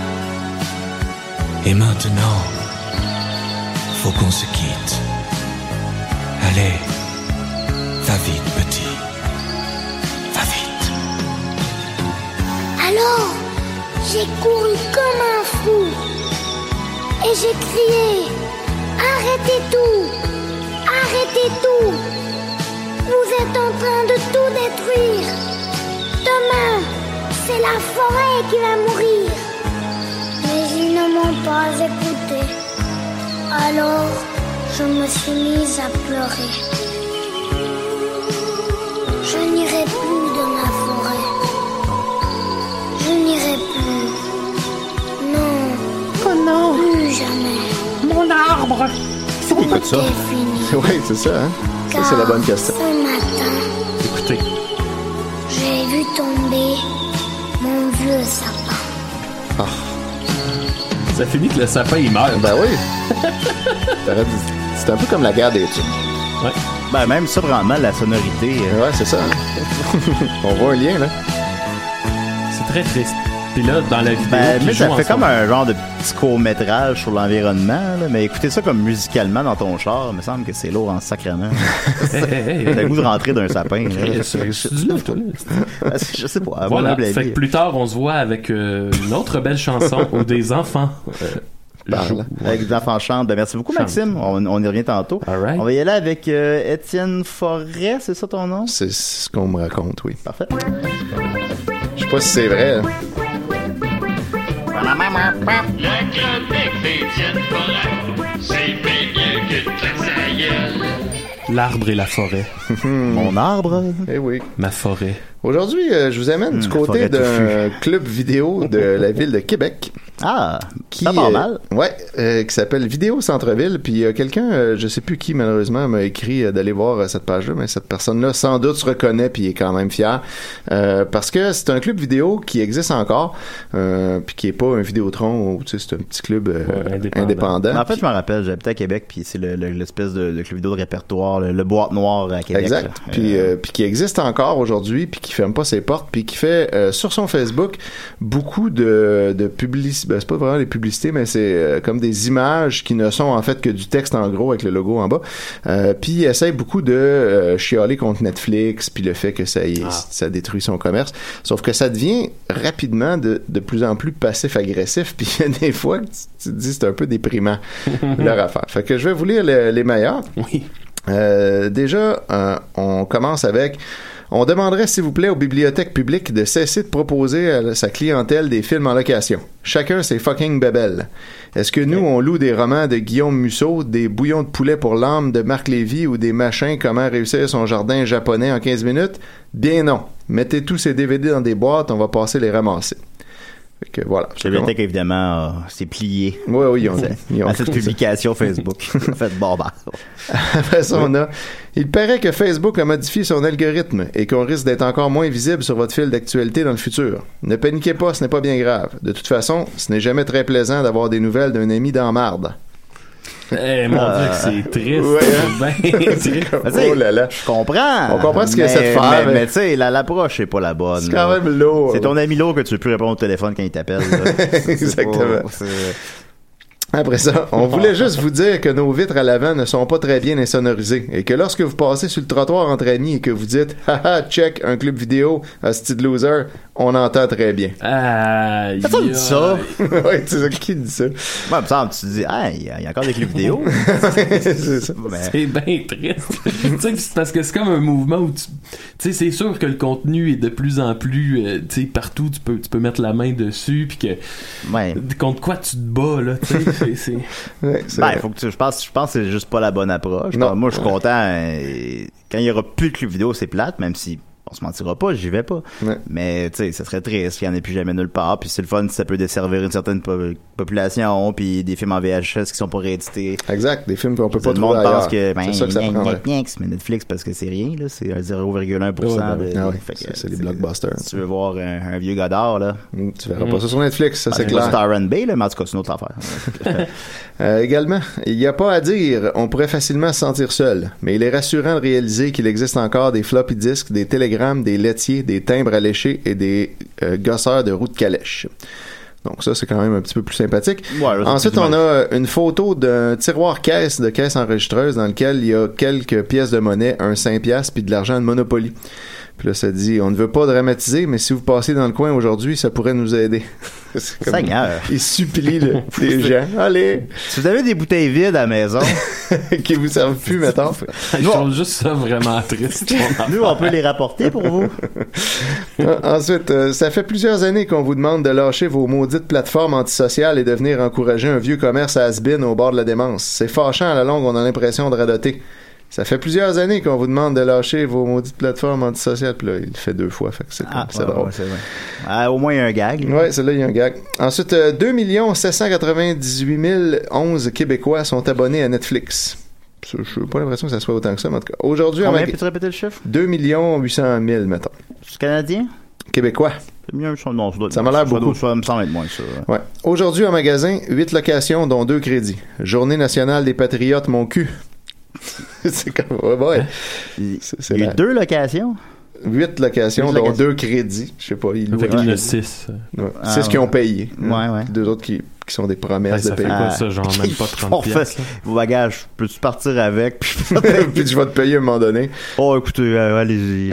Et maintenant, faut qu'on se quitte. Allez, va vite, petit. Va vite. Alors, j'ai couru comme un fou. Et j'ai crié, arrêtez tout, arrêtez tout. Vous êtes en train de tout détruire. Demain, c'est la forêt qui va mourir. Mais ils ne m'ont pas écouté. Alors, je me suis mise à pleurer. Je n'irai plus dans la forêt. Je n'irai plus. Non. Oh non. Plus jamais. Mon arbre. Faut qu'on écoute ça. Oui, c'est ça, hein? Ça, c'est la bonne question. Ce matin, Écoutez. j'ai vu tomber mon vieux sapin. Ah. Ça finit que le sapin, il meurt. Ben oui. C'est un peu comme la guerre des tubes. Ouais. Ben, même ça, vraiment, la sonorité. Euh... Ouais, c'est ça. Hein? On voit un lien, là. C'est très triste. Puis là, dans la vidéo, ben, mais ça fait ensemble. comme un genre de petit court-métrage sur l'environnement, là, mais écoutez ça comme musicalement dans ton char, il me semble que c'est lourd en sacrement. Hey, hey, hey, T'as le goût de rentrer d'un sapin. C'est du neuf, toi, là. Je sais pas. Voilà, fait que plus tard, on se voit avec euh, une autre belle chanson où des enfants euh, Parle. Avec des enfants chantent. Ben, merci beaucoup, Maxime. On, on y revient tantôt. Right. On va y aller avec euh, Étienne Forêt, c'est ça ton nom? C'est ce qu'on me raconte, oui. Parfait. Je sais pas si c'est vrai. Hein. La chronique d'Étienne Forêt, c'est bien mieux que de sa gueule. L'arbre et la forêt. Mon arbre? Eh oui. Ma forêt. Aujourd'hui, euh, je vous amène mmh, du côté d'un club vidéo de la ville de Québec. Ah, qui, ça part euh, mal. Ouais, euh, qui s'appelle Vidéo Centre-Ville. Puis euh, quelqu'un, euh, je sais plus qui malheureusement, m'a écrit euh, d'aller voir euh, cette page-là, mais cette personne-là sans doute se reconnaît puis est quand même fier. Euh, parce que c'est un club vidéo qui existe encore, euh, puis qui est pas un Vidéotron, ou tu sais, c'est un petit club euh, ouais, indépendant. indépendant. Mais en fait, je me rappelle, j'habitais à Québec, puis c'est le, le, l'espèce de, de club vidéo de répertoire, le, le boîte noire à Québec. Exact. Là. Puis, euh... euh, puis qui existe encore aujourd'hui, puis qui ferme pas ses portes, puis qui fait euh, sur son Facebook beaucoup de, de publicité. Ben, c'est pas vraiment des publicités, mais c'est euh, comme des images qui ne sont en fait que du texte en gros avec le logo en bas. Euh, puis il essaie beaucoup de euh, chialer contre Netflix, puis le fait que ça, y, ah. ça détruit son commerce. Sauf que ça devient rapidement de, de plus en plus passif-agressif, puis il y a des fois que tu, tu te dis c'est un peu déprimant leur affaire. Fait que je vais vous lire le, les meilleurs. Oui. Euh, déjà, euh, on commence avec... On demanderait, s'il vous plaît, aux bibliothèques publiques de cesser de proposer à sa clientèle des films en location. Chacun ses fucking bébelles. Est-ce que nous, on loue des romans de Guillaume Musso, des bouillons de poulet pour l'âme de Marc Lévy ou des machins comment réussir son jardin japonais en quinze minutes? Bien non. Mettez tous ces D V D dans des boîtes, on va passer les ramasser. Que voilà. La bibliothèque, évidemment, euh, c'est plié. Oui, oui, ils ont, ils ont à cette publication ça. Facebook. En fait, bon, bah. Après ça, oui. on a. Il paraît que Facebook a modifié son algorithme et qu'on risque d'être encore moins visible sur votre fil d'actualité dans le futur. Ne paniquez pas, ce n'est pas bien grave. De toute façon, ce n'est jamais très plaisant d'avoir des nouvelles d'un ami dans marde. Eh, hey, mon euh, Dieu, que c'est triste. Ouais, hein? C'est bien triste. Oh là là. Je comprends. On comprend ce qu'il essaie de faire. Mais, mais, mais tu sais, la, l'approche n'est pas la bonne. C'est quand là. même lourd. C'est ton ami lourd que tu ne peux plus répondre au téléphone quand il t'appelle. Exactement. Pas, c'est... Après ça, on voulait juste vous dire que nos vitres à l'avant ne sont pas très bien insonorisées et que lorsque vous passez sur le trottoir entre amis et que vous dites « Haha, check, un club vidéo, hostie de loser », on entend très bien. Ah, Personne dit ça. Ouais, c'est ça, qui dit ça? Ouais, me semble, tu te dis « Ah, il y, y a encore des clubs vidéo. » C'est ça. Mais... C'est bien triste. Tu sais, c'est parce que c'est comme un mouvement où tu... Tu sais, c'est sûr que le contenu est de plus en plus... Euh, tu sais, partout, tu peux, tu peux mettre la main dessus puis que... Ouais. Contre quoi tu te bats, là, tu sais. C'est, c'est... Ouais, c'est ben, faut que tu, je pense, je pense que c'est juste pas la bonne approche. Non. Moi, je suis content. Euh, quand il y aura plus de clubs vidéo, c'est plate, même si on se mentira pas, j'y vais pas. Ouais. Mais tu sais, ça serait triste qu'il y en ait plus jamais nulle part. Puis c'est le fun si ça peut desservir une certaine po- population. Puis des films en V H S qui sont pas réédités. Exact, des films qu'on peut pas Tout le trouver monde pense ailleurs. que ben, C'est ça que ça gna, prendrait. gna, gna, mais Netflix parce que c'est rien là, c'est un zéro virgule un pour cent. Ouais, de, ben, ah ouais, fait que, c'est, c'est les blockbusters. Si tu veux voir un, un vieux Godard là, mm, tu verras mm. pas ça sur Netflix, ça ben, c'est clair. Star and Bay là, mais en tout cas c'est une autre affaire. euh, également, il n'y a pas à dire, on pourrait facilement se sentir seul, mais il est rassurant de réaliser qu'il existe encore des floppy disks, des télégrammes, des laitiers, des timbres à lécher et des euh, gosseurs de roues de calèche. Donc ça, c'est quand même un petit peu plus sympathique. Ouais, là, Ensuite, on a une photo d'un tiroir caisse de caisse enregistreuse dans lequel il y a quelques pièces de monnaie, un cinq piastres puis de l'argent de Monopoly. Puis là, ça dit, on ne veut pas dramatiser, mais si vous passez dans le coin aujourd'hui, ça pourrait nous aider. C'est comme, Seigneur. Il supplie le, les gens. Allez! Si vous avez des bouteilles vides à la maison, qui vous servent plus, mettons. Je trouve juste ça vraiment triste. Nous, on peut les rapporter pour vous. Ensuite, euh, ça fait plusieurs années qu'on vous demande de lâcher vos maudites plateformes antisociales et de venir encourager un vieux commerce à has-been au bord de la démence. C'est fâchant, à la longue, on a l'impression de radoter. Ça fait plusieurs années qu'on vous demande de lâcher vos maudites plateformes antisociales. Puis là, il le fait deux fois. Fait que c'est, Ah, c'est ouais, drôle. ouais, c'est vrai. Ah, au moins, il y a un gag. Ouais, celle-là, il y a un gag. Ensuite, euh, deux millions sept cent quatre-vingt-dix-huit mille onze Québécois sont abonnés à Netflix. Je n'ai pas l'impression que ça soit autant que ça, mais en tout cas. Aujourd'hui, Combien en mag... peux-tu répéter le chiffre? deux millions huit cent mille, mettons. C'est canadien? Québécois. C'est mieux, ça, non, ça, doit, Ça m'a l'air ça, beaucoup. Ça, ça me semble être moins, ça. Ouais. Aujourd'hui, en magasin, huit locations, dont deux crédits. Journée nationale des patriotes, mon cul. C'est comme... Ouais, ouais. C'est, c'est Il y a la... deux locations? Huit locations, Huit dont locations. deux crédits. Je sais pas. Ils Fait louent- qu'il y en a six. Ouais. Ah, Six ouais. qui ont payé. Ouais, ouais. Deux autres qui, qui sont des Hey, promesses ça de fait payer. quoi ça, genre même pas On trente fait piastres? vos bagages, peux-tu partir avec? Puis, Puis tu vas te payer à un moment donné. oh, écoutez, euh, allez-y.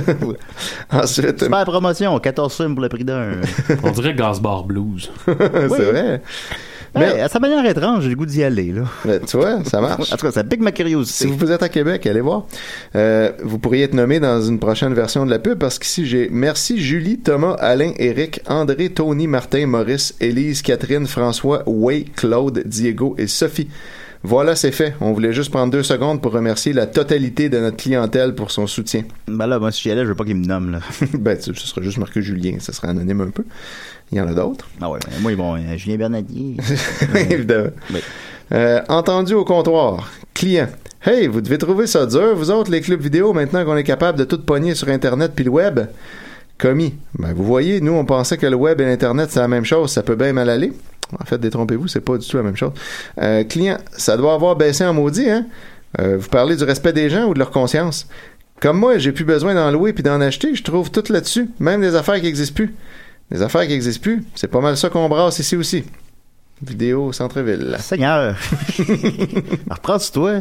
Ensuite, Super promotion, quatorze films pour le prix d'un. On dirait Gasbar Blues. c'est vrai. Mais Mais- à sa manière étrange, j'ai le goût d'y aller, là. Mais tu vois, ça marche. En tout cas, ça pique ma curiosité. Si vous êtes à Québec, allez voir. Euh, vous pourriez être nommé dans une prochaine version de la pub parce qu'ici, j'ai merci Julie, Thomas, Alain, Éric, André, Tony, Martin, Maurice, Élise, Catherine, François, Way, Claude, Diego et Sophie. Voilà, c'est fait. On voulait juste prendre deux secondes pour remercier la totalité de notre clientèle pour son soutien. Ben là, moi, si j'y allais, je veux pas qu'il me nomme, là. Ben, tu- ce serait juste marqué Julien. Ça serait anonyme un peu. Il y en a d'autres. Ah ouais, moi, ils vont, euh, Julien Bernadier. Évidemment. Oui. Euh, entendu au comptoir. Client. Hey, vous devez trouver ça dur, vous autres, les clubs vidéo, maintenant qu'on est capable de tout pogner sur Internet puis le web. Commis. Ben, vous voyez, nous, on pensait que le web et l'Internet, c'est la même chose. Ça peut bien mal aller. En fait, détrompez-vous, c'est pas du tout la même chose. Euh, client. Ça doit avoir baissé en maudit, hein? Euh, vous parlez du respect des gens ou de leur conscience? Comme moi, j'ai plus besoin d'en louer puis d'en acheter. Je trouve tout là-dessus. Même des affaires qui n'existent plus. Les affaires qui n'existent plus, c'est pas mal ça qu'on brasse ici aussi. Vidéo centre-ville. Seigneur. Reprends-toi.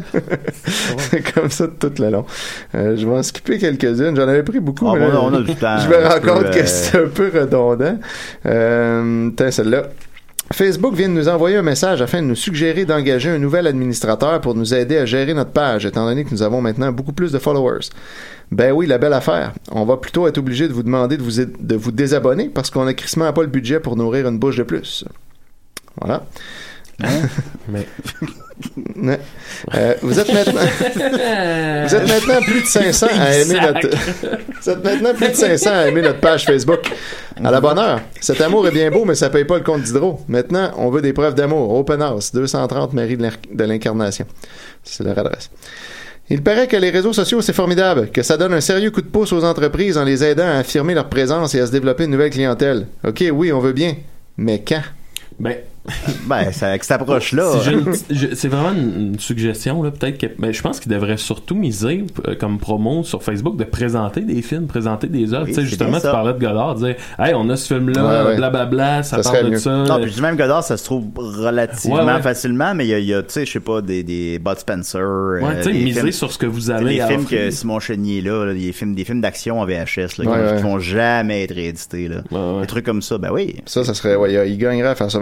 C'est comme ça tout le long. Euh, je vais en skipper quelques-unes. J'en avais pris beaucoup. Ah, mais bon, là, on a du temps. je me rends Un peu, compte que euh, c'est un peu redondant. Euh, tiens, celle-là. Facebook vient de nous envoyer un message afin de nous suggérer d'engager un nouvel administrateur pour nous aider à gérer notre page, étant donné que nous avons maintenant beaucoup plus de followers. Ben oui, la belle affaire. On va plutôt être obligé de vous demander de vous, de vous désabonner parce qu'on a crissement pas le budget pour nourrir une bouche de plus. Voilà. Mais... Ouais. Euh, vous êtes maintenant vous êtes maintenant plus de cinq cents à aimer notre vous êtes maintenant plus de cinq cents à aimer notre page Facebook. À la bonne heure. Cet amour est bien beau, mais ça paye pas le compte d'hydro. Maintenant, on veut des preuves d'amour. Open House, deux cent trente Mairie de l'Inc- de l'Incarnation. C'est leur adresse. Il paraît que les réseaux sociaux, c'est formidable, que ça donne un sérieux coup de pouce aux entreprises en les aidant à affirmer leur présence et à se développer une nouvelle clientèle. OK, oui, on veut bien. Mais quand? Ben, ben, ça, avec cette approche-là. Si j'ai une petite- je- c'est vraiment une, une suggestion, là, peut-être que. Ben, je pense qu'il devrait surtout miser euh, comme promo sur Facebook de présenter des films, présenter des œuvres. Oui, tu sais, c'est justement, bien tu ça. parlais de Godard, dire hey, on a ce film-là, Ouais, ouais. blablabla, ça, Ça serait parle de mieux. ça. Non, puis je dis même Godard, ça se trouve relativement Ouais, ouais. facilement, mais il y a, il y a tu sais, je sais pas, des, des Bud Spencer. Ouais, euh, tu sais, des miser films- sur ce que vous tu sais, avez les à films offrir. que Simon Chénier là, là, des films, des films d'action en V H S là, qui, Ouais, vont- ouais. qui vont jamais être réédités là. Ouais, ouais. Des trucs comme ça, ben oui. Ça, ça serait, ouais, il gagnerait à faire ça. Mais pour, euh,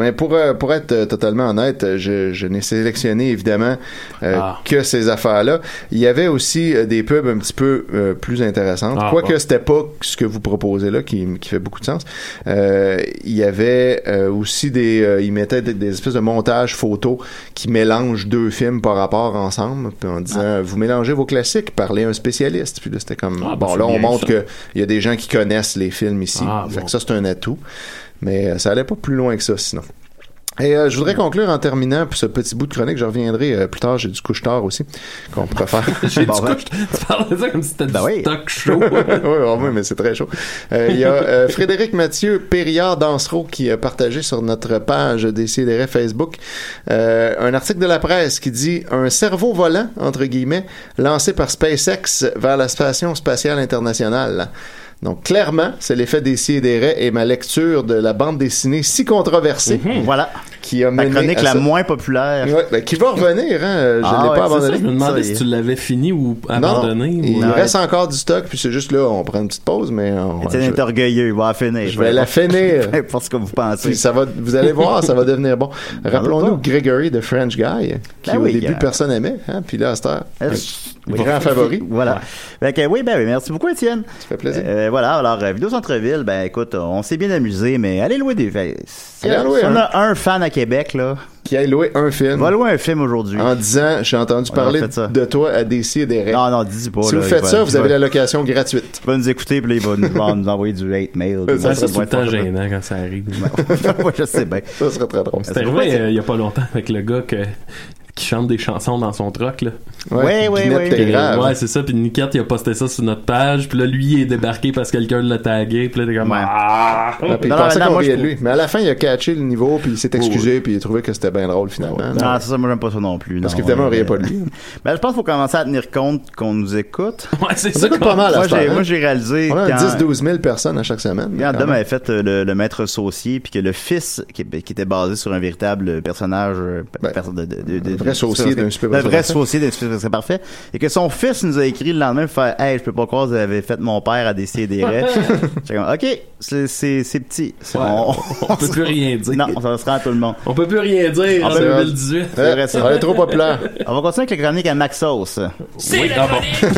moi, pour être euh, totalement honnête, je, je n'ai sélectionné évidemment euh, Ah. que ces affaires-là. Il y avait aussi euh, des pubs un petit peu euh, plus intéressantes. Ah, Quoique bon. c'était pas ce que vous proposez là, qui, qui fait beaucoup de sens. Euh, il y avait euh, aussi des... Euh, ils mettaient des, des espèces de montages photos qui mélangent deux films par rapport ensemble, puis en disant, Ah. vous mélangez vos classiques, parlez à un spécialiste. Puis là, c'était comme... Ah, bon, ben, là, c'est on bien, montre ça. qu'il y a des gens qui connaissent les films ici. Ah, fait bon. que ça, c'est un atout. Mais euh, ça allait pas plus loin que ça, sinon. Et euh, je voudrais conclure en terminant puis ce petit bout de chronique. Je reviendrai euh, plus tard. J'ai du couche-tard aussi qu'on pourrait faire. J'ai Bon, du ben, couche. Tu parles de ça comme si c'était Ben du oui. stock chaud. oui, oui, mais c'est très chaud. Euh, Il y a euh, Frédéric Mathieu Périllard-Dansereau qui a partagé sur notre page Décideret Facebook euh, un article de la presse qui dit « Un cerveau volant, entre guillemets, lancé par SpaceX vers la Station spatiale internationale ». Donc, clairement, c'est l'effet Décideret et ma lecture de la bande dessinée si controversée. Mm-hmm. Voilà. Qui a La mené chronique à la ça. moins populaire. Ouais, ben, qui va revenir, hein. Je Ah l'ai ouais, pas c'est abandonné. ça, Je me demandais Ça, si il- tu l'avais fini ou Non, abandonné. il ou... reste encore du stock, puis c'est juste là, on prend une petite pause, mais on, Étienne je, est orgueilleux, il va la finir. je vais la finir. Peu importe ce que vous pensez. Puis ça va, vous allez voir, ça va devenir bon. Rappelons-nous Gregory the French Guy, qui Ben au oui, début euh, personne aimait, hein, puis là à cette heure, Euh, un oui. grand favori. Voilà. Fait que, oui, ben oui, merci beaucoup, Étienne. Ça fait plaisir. Euh, voilà, alors, euh, Vidéo Centre-Ville, ben écoute, on s'est bien amusé, mais allez louer des... ben, Si, Allez si louer on un. a un fan à Québec, là, Qui a loué un film va louer un film aujourd'hui. en disant, j'ai entendu On parler a fait ça. de toi à D C et des règles. Non, non, dis pas. Si là, vous il faites va- ça, il vous va- avez la location gratuite. Il va nous écouter, puis là, il va nous, va nous envoyer du hate mail. Ça, Ça, c'est va tout le être temps fort. gênant quand ça arrive. Ouais, je sais bien. Ça serait très drôle. C'est arrivé euh, il y a pas longtemps avec le gars que, qui chante des chansons dans son truck, là. Ouais, ouais, Ginette ouais. t'es grave. Ouais, c'est ça. Puis Niket, il a posté ça sur notre page. Puis là, lui, il est débarqué parce que quelqu'un l'a tagué. Puis là, t'es comme... Ouais. Ah! Ah, puis il Non, non, pensait non, qu'on moi, je riait de trouve- lui. Mais à la fin, il a catché le niveau, puis il s'est excusé, puis il a trouvé que c'était bien drôle, finalement. Non, c'est ça, moi, j'aime pas ça non plus. Parce non, qu'évidemment, on euh, riait pas de lui. Ben, je pense qu'il faut commencer à tenir compte qu'on nous écoute. Ouais, c'est On ça. écoute qu'on- pas mal à Moi, cette j'ai, heure, moi, hein. j'ai réalisé On a quand, dix douze mille personnes à chaque semaine. quand quand Dom même. avait fait euh, le, le maître saucier, puis que le fils, qui, qui était basé sur un véritable personnage, euh, Ben, perso- de, de, de, de- un vrai de- saucier d'un super Le vrai parfait. saucier d'un super c'est parfait. Et que son fils nous a écrit le lendemain pour faire, hey, je peux pas croire que vous avez fait mon père à décider des rêves. J'étais comme, ok, c'est, c'est, c'est petit. C'est- Ouais, on, on peut plus rien dire. Non, ça se rend à tout le monde. On peut plus rien dire en Ah, ben, deux mille dix-huit. C'est vrai, ça. On est trop populaire. On va continuer avec la chronique à Maxos. C'est Oui, la ah bon.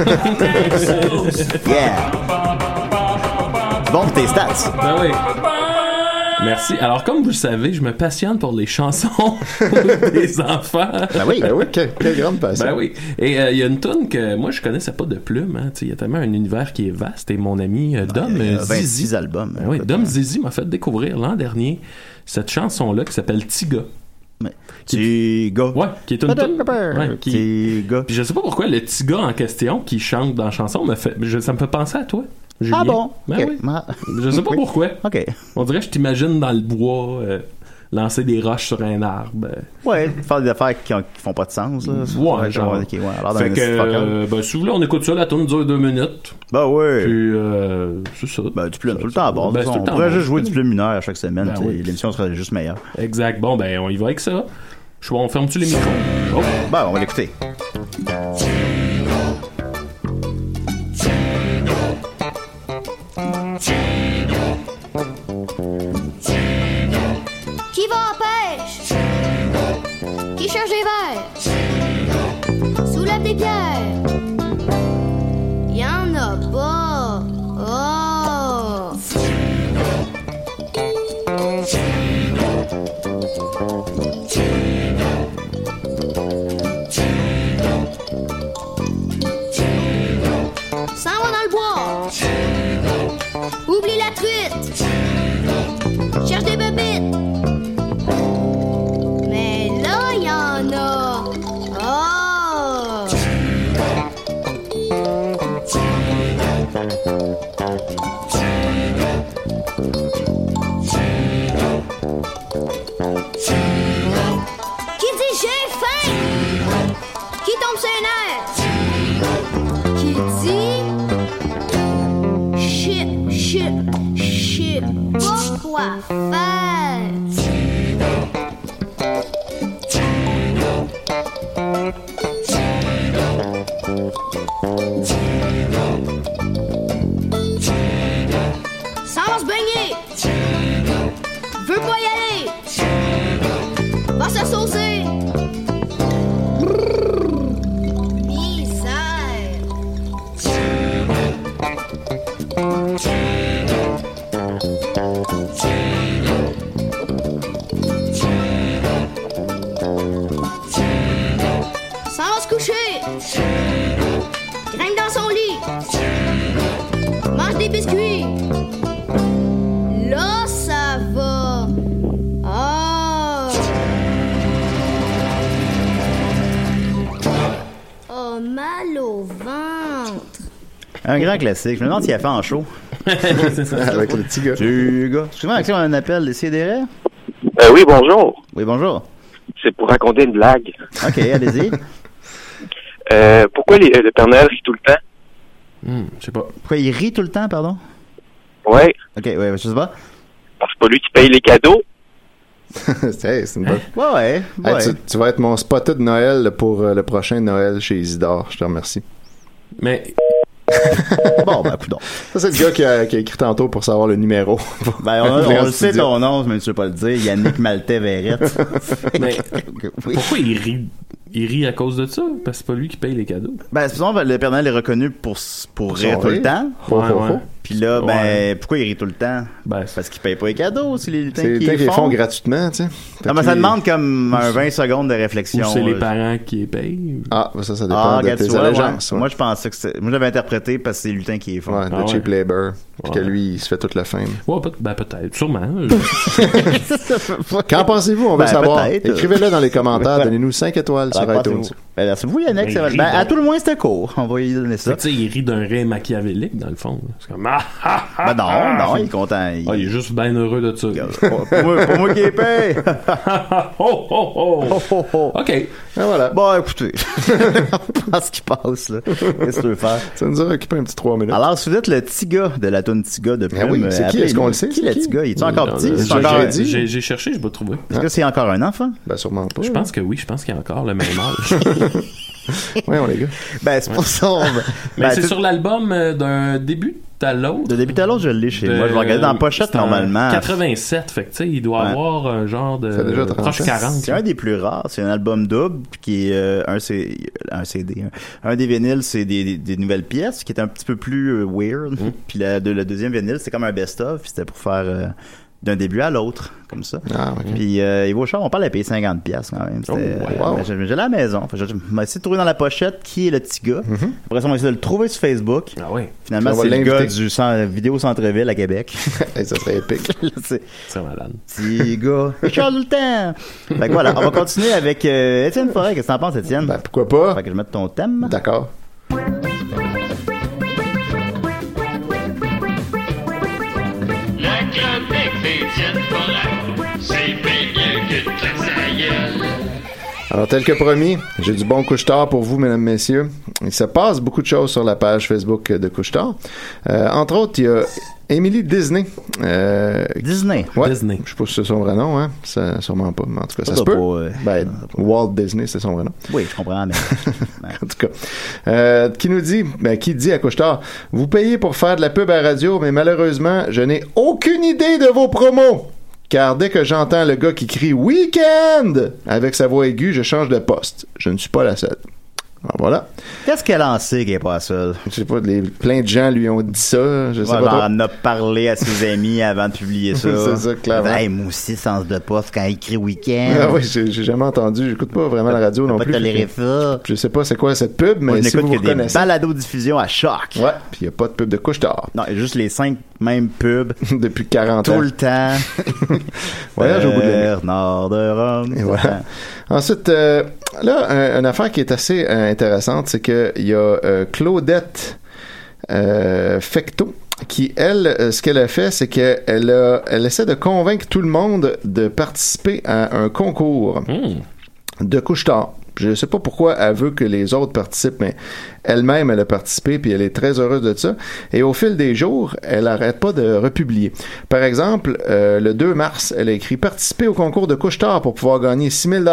chronique Yeah! Bon pour tes stats. Ben oui. Merci. Alors, comme vous le savez, je me passionne pour les chansons des enfants. Ben oui. Ben oui, quelle, quelle grande passion. Ben oui. Et euh, il y a une tune que moi, je connaissais pas de plume. Hein. Tu sais, il y a tellement un univers qui est vaste. Et mon ami euh, Dom Il y a euh, Zizi. vingt-six albums. Ben oui, Écoute, Dom hein. Zizi m'a fait découvrir l'an dernier cette chanson-là qui s'appelle Tiga. Petit gars. Ouais, qui est une tune. Ouais, qui... Petit gars. Puis je sais pas pourquoi le petit gars en question qui chante dans la chanson me fait. je- Ça me fait penser à toi. Julien. Ah bon? Ben Ok. oui. Ah. Je sais pas Oui. pourquoi. OK. On dirait que je t'imagine dans le bois euh, lancer des roches sur un arbre. euh. Ouais, faire des affaires qui, ont- qui font pas de sens. Là. Ouais, genre. Ok, ouais. Alors, Fait dans que, un fuck-up. euh, ben, si vous voulez, on écoute ça, la tune dure deux minutes. Ben ouais. Puis, euh, c'est ça. Ben, du plume tout le temps à bord. Ben, c'est tout on le temps pourrait bon. juste jouer du plume une heure à chaque semaine. Ben t'sais, oui. L'émission serait juste meilleure. Exact. Bon, ben, on y va avec ça. Je vois, on ferme-tu les micros? Oh. Ben, on va l'écouter. Qui va à pêche? Qui cherche des verres? Soulève des pierres? Y en a pas. Oh! S'en va dans le bois. Oublie la truite. Cherche des bébites. Mais là, y en a. Oh! Qui dit j'ai faim? Qui tombe sur les nerfs? Qui dit shit, shit, shit, pas quoi faire? Sans se baigner. Veux pas y aller. la saucer. Ça va se coucher. Grimpe dans son lit. Mange des biscuits. Là, ça va. Ah. Oh, mal au ventre. Un grand classique. Je me demande s'il a fait en show. C'est ça. Avec le petit gars. Petit gars. Excuse-moi, Maxime, on a un appel des C D R? Euh, oui, bonjour. Oui, bonjour. C'est pour raconter une blague. OK, allez-y. euh, pourquoi les, le Père Noël rit tout le temps? Hmm, je sais pas. Pourquoi il rit tout le temps, pardon? Ouais. OK, ouais, je sais pas. Parce que c'est pas lui qui paye les cadeaux. c'est, c'est une bonne... Ouais, ouais. Hey, ouais. tu, tu vas être mon spotted de Noël pour euh, le prochain Noël chez Isidore. Je te remercie. Mais... Bon, ben, coudonc. Ça, c'est le gars qui a, qui a écrit tantôt pour savoir le numéro. Ben, on, on, on le sait ton nom, mais tu veux pas le dire. Yannick Maltais-Verrette. Mais oui. Pourquoi il rit? Il rit à cause de ça? Parce que c'est pas lui qui paye les cadeaux. Ben, c'est pour ça que le Père Noël est reconnu pour, pour rire tout le temps. Ouais, ouais. Puis là, ben, Ouais. pourquoi il rit tout le temps? Ben, Parce qu'il paye pas les cadeaux, c'est les lutins C'est les qui lutins qui les les font. font gratuitement, tu sais. Fait Ah, ben, que ça les- demande comme un vingt secondes de réflexion. Ou c'est les là. parents qui les payent. Ah, ben ça, ça dépend Ah, de regarde, tes tu vois, allégeances. ouais. ouais. Moi, je pensais que c'était. Moi, j'avais interprété parce que c'est les lutins qui les font. Ouais, de Ah, cheap ouais. labor. Puis Ouais. que lui, il se fait toute la fame. Ouais, peut- ben peut-être. Sûrement. Qu'en pensez-vous? On veut Ben, savoir. peut-être. Écrivez-le dans les commentaires. Donnez-nous cinq étoiles sur Alors, iTunes. pensez-vous? Ben, merci-vous, Yannick. Ben, ça va- il ben, rit à donc. tout le moins, c'était court. On va y donner ça. Tu sais, il rit d'un rire machiavélique, dans le fond. C'est comme... Ah, ah, ah, Ben non, ah. non, il est content. Il... Ah, il est juste bien heureux de ça. pour, pour moi, pour moi qui est paye. oh, oh, oh. Oh, oh, oh. OK. Et voilà. Bon, écoutez. On pense ce qui passe, là. Qu'est-ce que tu veux faire? Ça nous a occupé un petit trois minutes. Alors, si vous êtes le petit gars de la toune petit gars de Plume, Ah oui, c'est qui? appelez-nous. Est-ce qu'on le sait? Qui C'est le qui? petit gars? Il est encore Non, petit? non, C'est j'ai- encore... j'ai- J'ai j'ai cherché, je vais trouver. Est-ce que c'est encore un enfant? Ben, sûrement pas. Je pense que oui, je pense qu'il y a encore le même âge. Ouais, on les gars. Ben, c'est pour ça. on- Mais Ben, c'est tu- sur l'album euh, d'un début à l'autre. De début à l'autre, je l'ai chez De- moi. Je vais regarder dans la pochette c'est en normalement. quatre-vingt-sept, fait que tu sais, il doit Ouais. avoir un genre de Ça fait déjà trente proche ans. quarante. C'est un des plus rares. C'est un album double qui est euh, un, C... un C D. Un, un des vinyles, c'est des, des, des nouvelles pièces qui est un petit peu plus euh, weird. Mm. Puis la, de, le deuxième vinyle, c'est comme un best-of. Puis c'était pour faire euh, d'un début à l'autre, comme ça. Ah, ok. Puis euh, il vaut cher. On parle à payer cinquante piastres quand même. C'était, Oh, wow. euh, j'ai, j'ai la maison. Fait que je, je vais essayer de trouver dans la pochette qui est le petit gars. Mm-hmm. Après ça, on va essayer de le trouver sur Facebook. Ah oui, Finalement, On va c'est le gars l'inviter. du cent- vidéo Centre-Ville à Québec. Hey, ça serait épique. Là, c'est c'est malade. petit gars. Il change tout le temps. Fait que voilà, on va continuer avec euh, Étienne Forêt. Qu'est-ce que t'en penses, Étienne? Ben, pourquoi pas? Fait que je mette ton thème. D'accord. La chronique d'Étienne Forêt, c'est bien mieux que de claque sa gueule. Alors, tel que promis, j'ai du bon couche-tard pour vous, mesdames, messieurs. Il se passe beaucoup de choses sur la page Facebook de couche-tard. Euh, entre autres, il y a Emily Disney. Euh, Disney. ouais, Disney. Je sais pas si c'est son vrai nom, hein. Ça, sûrement pas, mais en tout cas, ça, Ça se doit peut. pas, euh, Ben, Walt Disney, c'est son vrai nom. Oui, je comprends, mais. En tout cas, euh, qui nous dit, ben, qui dit à couche-tard, vous payez pour faire de la pub à la radio, mais malheureusement, je n'ai aucune idée de vos promos. Car dès que j'entends le gars qui crie Weekend avec sa voix aiguë, je change de poste. Je ne suis pas la seule. Alors voilà. Qu'est-ce qu'elle en sait qu'elle est pas seule? Je sais pas, les, plein de gens lui ont dit ça. Je sais Ouais, pas genre, trop. elle en a parlé à ses amis avant de publier ça. C'est ça, clairement. Hey, moi aussi, sens de poste quand il écrit Week-end. Ah oui, j'ai, j'ai jamais entendu. J'écoute pas vraiment la radio non Pas plus. tolérer ça. Je sais pas c'est quoi cette pub, mais Moi, je si n'écoute vous que des reconnaissez. balados-diffusions à choc. Ouais, puis il y a pas de pub de couche-tard. Non, il y a juste les cinq mêmes pubs. Depuis quarante ans. Tout le temps. Voyage au bout de la nuit. Bernard de Rome. Et voilà. Ensuite, euh, là, un- une affaire qui est assez euh, intéressante, c'est qu'il y a euh, Claudette euh, Fecteau qui, elle, euh, ce qu'elle a fait, c'est qu'elle a, elle essaie de convaincre tout le monde de participer à un concours Mmh. de couche-tard. Je ne sais pas pourquoi elle veut que les autres participent, mais elle-même, elle a participé, puis elle est très heureuse de ça. Et au fil des jours, elle n'arrête pas de republier. Par exemple, euh, le deux mars, elle a écrit « Participer au concours de couche-tard pour pouvoir gagner six mille dollars. »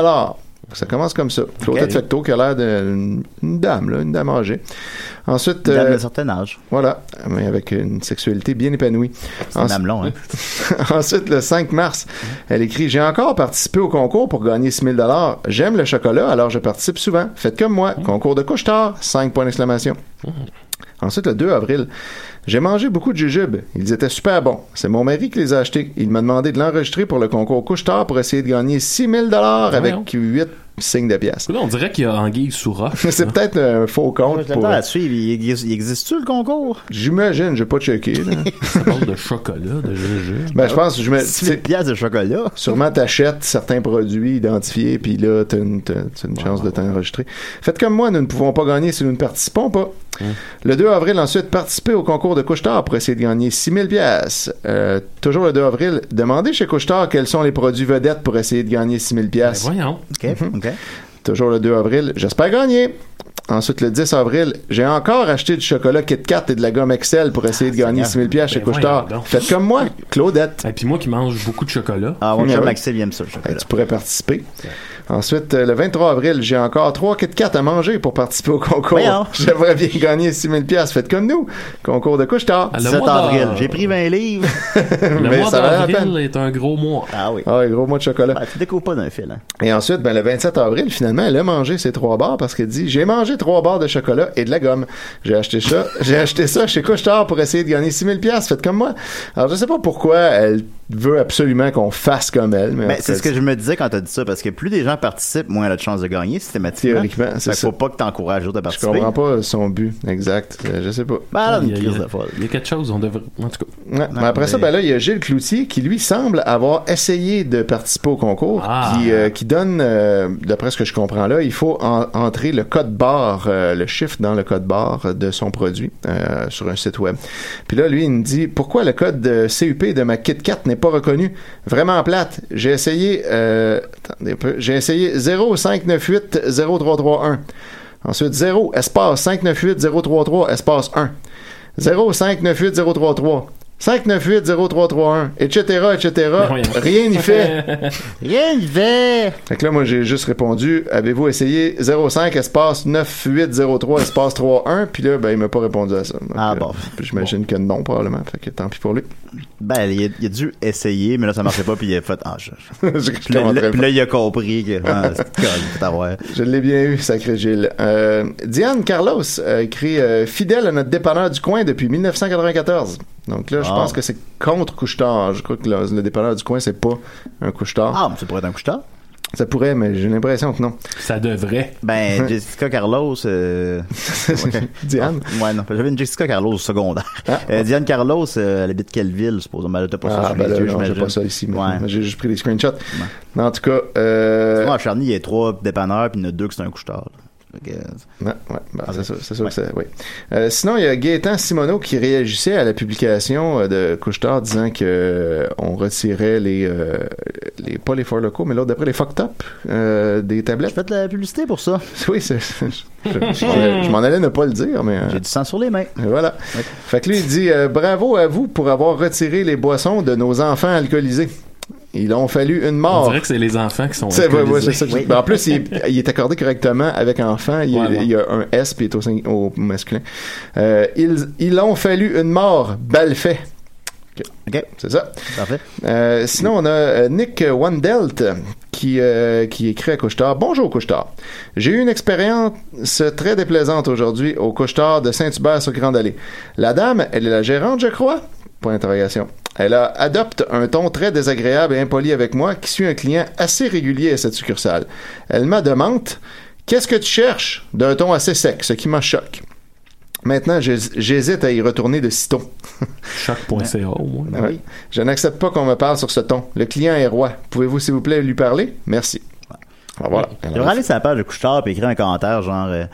Ça commence comme ça. Claudette okay. Fecteau, qui a l'air d'une une dame, là, une dame âgée. Ensuite, une dame euh, d'un certain âge. Voilà, mais avec une sexualité bien épanouie. C'est Ensuite, une dame long, hein? Ensuite, le cinq mars, elle écrit « J'ai encore participé au concours pour gagner six mille dollars. J'aime le chocolat, alors je participe souvent. Faites comme moi. Mmh. Concours de couche-tard, cinq points d'exclamation. Mmh. » Ensuite, le deux avril, j'ai mangé beaucoup de jujubes. Ils étaient super bons. C'est mon mari qui les a achetés. Il m'a demandé de l'enregistrer pour le concours couche-tard pour essayer de gagner six mille dollars avec huit signes de pièces. Là, on dirait qu'il y a anguille sous roche. C'est peut-être un faux compte. Pour... à suivre. Il, il existe-tu le concours? J'imagine, j'ai pas checké. Ça parle de chocolat, de jujubes. Ben, je pense, je me. six pièces de chocolat. Sûrement t'achètes certains produits identifiés, puis là, t'as une, t'as, t'as une chance wow. de t'enregistrer. Faites comme moi, nous ne pouvons pas gagner si nous ne participons pas. Hum. Le deux avril, ensuite, participer au concours de couche-tard pour essayer de gagner six mille pièces. Euh, toujours le deux avril, demandez chez couche-tard quels sont les produits vedettes pour essayer de gagner six mille pièces. Ben voyons. OK, mm-hmm. OK. Toujours le deux avril, j'espère gagner. Ensuite, le dix avril, j'ai encore acheté du chocolat Kit Kat et de la gomme Excel pour essayer ah, de gagner six mille pièces chez ben couche-tard. Faites comme moi, Claudette. Et puis moi qui mange beaucoup de chocolat. Ah, mon cher Maxime, il aime ça, le chocolat. Ben, tu pourrais participer. Ouais. Ensuite, le vingt-trois avril, j'ai encore trois Kit Kat à manger pour participer au concours. Voyons. J'aimerais bien gagner six mille pièces. Faites comme nous. Concours de couche-tard. sept avril, j'ai pris vingt livres. Le Mais mois ça d'avril est un gros mois. Ah oui. Ah oui, gros mois de chocolat. Ben, tu découpes pas d'un fil. Hein. Et ensuite, ben, le vingt-sept avril, finalement, elle a mangé ses trois barres parce qu'elle dit, j'ai mangé trois barres de chocolat et de la gomme. J'ai acheté ça, j'ai acheté ça chez Couche-Tard pour essayer de gagner six mille pièces. Faites comme moi. Alors, je sais pas pourquoi elle veut absolument qu'on fasse comme elle. Mais ben, c'est ce que je me disais quand t'as dit ça, parce que plus des gens participent, moins elle a de chances de gagner systématiquement. Théoriquement, c'est ça. Faut pas que t'encourages d'autres à participer. Je comprends pas son but exact. Je sais pas. Ben, là, il, y a, il y a quelque chose, on devrait. En tout cas. Ouais, mais après mais... ça, ben là, il y a Gilles Cloutier qui lui semble avoir essayé de participer au concours, ah. qui, euh, qui donne, euh, d'après ce que je comprends là, il faut en, entrer le code barre, euh, le chiffre dans le code barre de son produit euh, sur un site web. Puis là, lui, il me dit pourquoi le code de C U P de ma Kit Kat n'est pas reconnu. Vraiment plate. J'ai essayé, euh, attendez un peu, j'ai essayé zéro cinq neuf huit zéro trois trois un. Ensuite, zéro espace cinq neuf huit zéro trois trois espace un. zéro cinq neuf huit zéro trois trois. cinq neuf huit zéro trois trois un, et cetera, et cetera. Rien n'y fait. Rien n'y fait. Fait que là, moi, j'ai juste répondu, avez-vous essayé zéro cinq espace neuf huit zéro trois espace trois un? Puis là, ben, il m'a pas répondu à ça. Donc, ah bon. Euh, j'imagine bon. que non, probablement. Fait que tant pis pour lui. Ben, il a, il a dû essayer, mais là, ça marchait pas, puis il a fait, ah, je, je, puis, là, là, puis là, il a compris que, ah, c'est faut avoir. Je l'ai bien eu, sacré Gilles. Euh, Diane Carlos a écrit, euh, fidèle à notre dépanneur du coin depuis dix-neuf cent quatre-vingt-quatorze. Donc là, je ah. pense que c'est contre couche-tard. Je crois que le, le dépanneur du coin, c'est pas un couche-tard. Ah, mais ça pourrait être un couche-tard. Ça pourrait, mais j'ai l'impression que non. Ça devrait. Ben, Jessica Carlos... Euh... okay. Diane? Ah, ouais, non. J'avais une Jessica Carlos secondaire. Ah, euh, Diane Carlos, euh, elle habite quelle ville, supposément? Elle n'a pas ah, ça sur ben les là, yeux, non, j'ai pas ça ici. Ouais. J'ai juste pris des screenshots. Ouais. En tout cas... Euh... Moi, à Charny, il y a trois dépanneurs, puis il y en a deux qui sont un couche-tard. Okay. Ouais, ouais, ben, c'est ça, c'est ça ouais. que c'est, oui. Euh, sinon, il y a Gaétan Simoneau qui réagissait à la publication de Couche-Tard disant que euh, on retirait les, euh, les, pas les fours locaux, mais l'autre d'après les fucked up euh, des tablettes. J'ai fait de la publicité pour ça. Oui, c'est, je, je, je, je m'en allais ne pas le dire, mais... Euh, j'ai du sang sur les mains. Voilà. Ouais. Fait que lui, il dit euh, bravo à vous pour avoir retiré les boissons de nos enfants alcoolisés. Ils ont fallu une mort. On dirait que c'est les enfants qui sont c'est, ouais, ouais, c'est ça. Oui. Ben, en plus, il, il est accordé correctement avec enfant. Il, ouais, il y a un S puis il est au, au masculin. Euh, ils, ils ont fallu une mort. Balle fait. OK. Okay. C'est ça. Parfait. Euh, sinon, on a euh, Nick Wandelt qui, euh, qui écrit à Couche-Tard. Bonjour Couche-Tard. J'ai eu une expérience très déplaisante aujourd'hui au Couche-Tard de Saint-Hubert-sur-Grande-Allée. La dame, elle est la gérante, je crois? Point d'interrogation. Elle a, adopte un ton très désagréable et impoli avec moi, qui suis un client assez régulier à cette succursale. Elle m'a demandé « Qu'est-ce que tu cherches ?» d'un ton assez sec, ce qui m'a choqué. Maintenant, j'hésite à y retourner de sitôt. choc point c a au moins. Ben oui. Je n'accepte pas qu'on me parle sur ce ton. Le client est roi. Pouvez-vous, s'il vous plaît, lui parler? Merci. Alors, voilà. Il devrait aller sur la page de Couche-Tard et écrire un commentaire genre... Euh,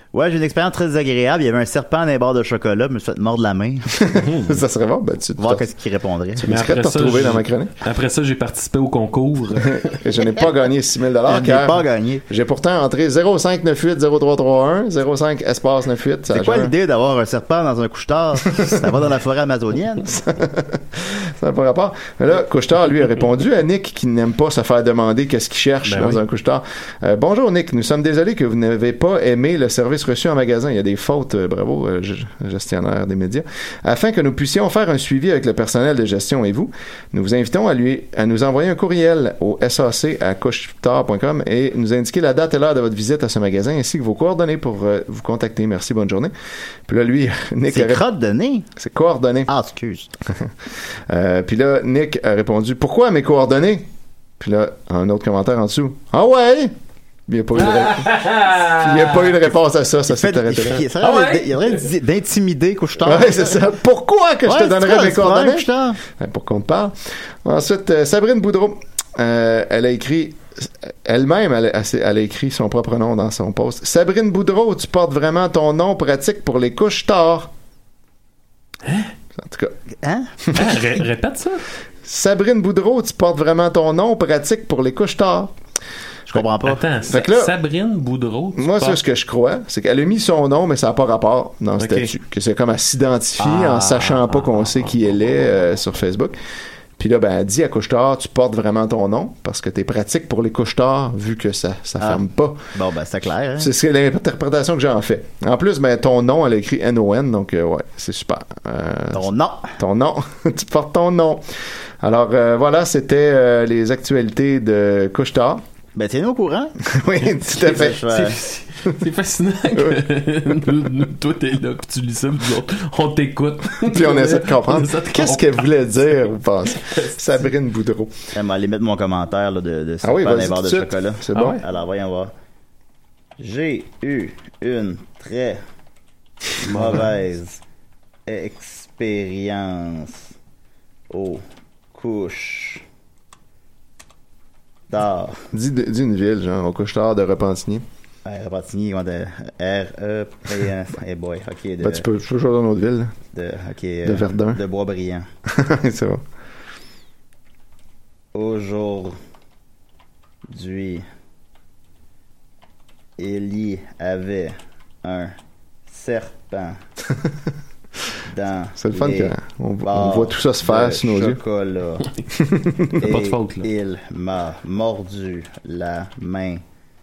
Ouais, j'ai une expérience très désagréable. Il y avait un serpent dans les barres de chocolat, je me suis fait mordre la main. Ça serait bon, ben tu voir qu'est-ce qu'il répondrait. Tu risquerais de te retrouver dans ma chronique. Après ça, j'ai participé au concours. Et je n'ai pas gagné six mille dollars. Je n'ai pas gagné. J'ai pourtant entré zéro cinq neuf huit zéro trois trois un, zéro cinq espace neuf huit. C'est quoi l'idée d'avoir un serpent dans un couche-tard? Ça va dans la forêt amazonienne. Ça n'a pas rapport. Mais là, Couche-Tard, lui, a répondu à Nick qui n'aime pas se faire demander qu'est-ce qu'il cherche ben dans oui. un couche-tard. Euh, bonjour Nick, nous sommes désolés que vous n'avez pas aimé le service reçu en magasin. Il y a des fautes, euh, bravo, euh, gestionnaire des médias. Afin que nous puissions faire un suivi avec le personnel de gestion et vous, nous vous invitons à lui à nous envoyer un courriel au S A C à couche-tard point com et nous indiquer la date et l'heure de votre visite à ce magasin ainsi que vos coordonnées pour euh, vous contacter. Merci, bonne journée. Puis là, lui, Nick... C'est coordonnées? C'est coordonnées. Ah, excuse. euh, puis là, Nick a répondu « Pourquoi mes coordonnées? » Puis là, un autre commentaire en dessous. « Ah ouais? » Il n'y a pas eu de réponse. Il n'y a pas eu de réponse à ça, ça s'est arrêté là. Il ah ouais? y aurait d'intimider Couche-Tard. Ouais, c'est ça. Pourquoi que je ouais, te donnerais ça, mes coordonnées? Ben, pour qu'on te parle. Ensuite, euh, Sabrine Boudreau, euh, elle a écrit, elle-même, elle, elle, elle a écrit son propre nom dans son post. Sabrine Boudreau, tu portes vraiment ton nom pratique pour les couches-tard. Hein? En tout cas. Hein? Ah, ré- répète ça. Sabrine Boudreau, tu portes vraiment ton nom pratique pour les couches-tard. Je comprends pas. Attends, Fait que là, Sabrine Boudreau. Moi, c'est ce que je crois, c'est qu'elle a mis son nom, mais ça n'a pas rapport dans le Okay. statut. Que c'est comme elle s'identifie Ah, en sachant pas qu'on sait qui elle est euh, sur Facebook. Puis là, ben, elle dit à couche-tard, tu portes vraiment ton nom parce que t'es pratique pour les couche-tard vu que ça, ça Ah. ferme pas. Bon, ben, c'est clair. Hein? C'est, c'est l'interprétation que j'en fais. En plus, ben, ton nom, elle a écrit N O N, donc euh, ouais, c'est super. Euh, ton nom. Ton nom. Tu portes ton nom. Alors, euh, voilà, c'était euh, les actualités de couche-tard. Ben, tiens-nous au courant. Oui, tout à fait. C'est, c'est fascinant que nous, nous, toi t'es là puis tu lis ça puis nous autres, on t'écoute puis on essaie de comprendre on essaie de qu'est-ce qu'elle voulait dire, vous pensez. Sabrine Boudreau. Elle m'a allé mettre mon commentaire là, de, de ah oui, dans les vas-y, barres de tout de suite. chocolat. C'est ah bon. Ouais? Alors, voyons voir. J'ai eu une très mauvaise expérience aux couches d'art. Dis, dis une ville, genre, au couche-tard de Repentigny. Ouais, Repentigny, comment de R E P N. Hey boy, ok. De, Ben, tu peux, tu peux choisir une autre ville. De, ok. De euh, Verdun. De Boisbriand. C'est bon. Aujourd'hui, il y avait un serpent dans c'est le fun les qu'on on voit tout ça se faire sous nos yeux. Chocolat. Et pas de faute, là. Il m'a mordu la main.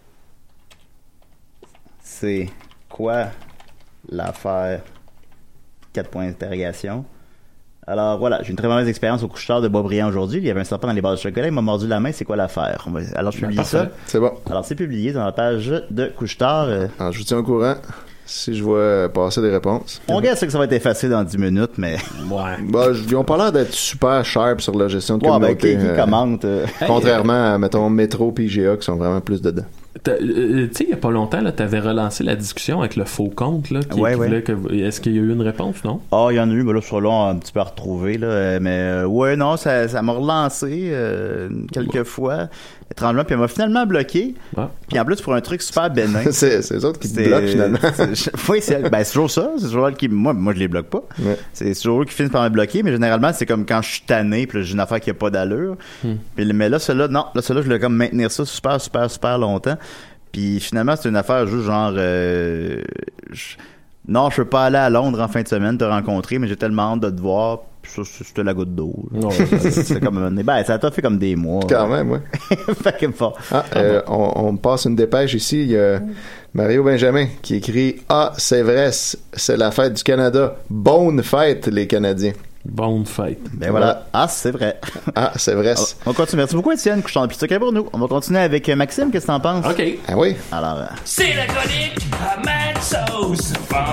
C'est quoi l'affaire? Quatre points d'interrogation. Alors voilà, j'ai une très mauvaise expérience au couche-tard de Boisbriand aujourd'hui. Il y avait un serpent dans les barres de chocolat, il m'a mordu la main, c'est quoi l'affaire? On va... Alors je publie ben, ça. C'est bon. Alors c'est publié dans la page de couche-tard. Euh... Alors je vous tiens au courant si je vois passer des réponses. On guesse que ça va être effacé dans dix minutes, mais... Ouais. Bah, ils ont pas l'air d'être super sharp sur la gestion de ouais, communauté. Ben, qui, qui euh, commente? Euh... Contrairement à, mettons, Métro et I G A qui sont vraiment plus dedans. Euh, tu sais, il y a pas longtemps, là, t'avais relancé la discussion avec le faux compte, là, qui, ouais, qui ouais. voulait que... Est-ce qu'il y a eu une réponse, non? Ah, oh, il y en a eu, mais là, sur là, un petit peu à retrouver, là. Mais, euh, ouais, non, ça, ça m'a relancé, euh, quelques ouais. fois. Étrangement, puis elle m'a finalement bloqué. Ah. Puis en plus, pour un truc super bénin. c'est, c'est eux autres qui te bloquent, finalement. c'est, oui, c'est, ben, c'est toujours ça. C'est toujours elle qui, moi, moi, je les bloque pas. Ouais. C'est toujours eux qui finissent par me bloquer, mais généralement, c'est comme quand je suis tanné, puis là, j'ai une affaire qui a pas d'allure. Hmm. Puis, mais là, celui-là, non, là, celui-là, je voulais comme maintenir ça super, super, super longtemps. Puis finalement, c'est une affaire juste genre... Euh, je, non, je peux pas aller à Londres en fin de semaine te rencontrer, mais j'ai tellement hâte de te voir. Puis ça, c'était la goutte d'eau. Non, c'est, c'est comme... Ben, ça t'a fait comme des mois. Quand même, ouais. Fait que bon. Ah, euh, on, on passe une dépêche ici. Il y a Mario Benjamin qui écrit « Ah, c'est vrai, c'est la fête du Canada. Bonne fête, les Canadiens. » Bonne fête. Ben voilà. voilà. Ah, c'est vrai. Ah, c'est vrai. On, on continue. Merci beaucoup, Étienne. Couchant de pizza pour nous. On va continuer avec Maxime. Qu'est-ce que t'en penses? OK. Ah oui? Alors. Euh... C'est la chronique à Mad Sauce.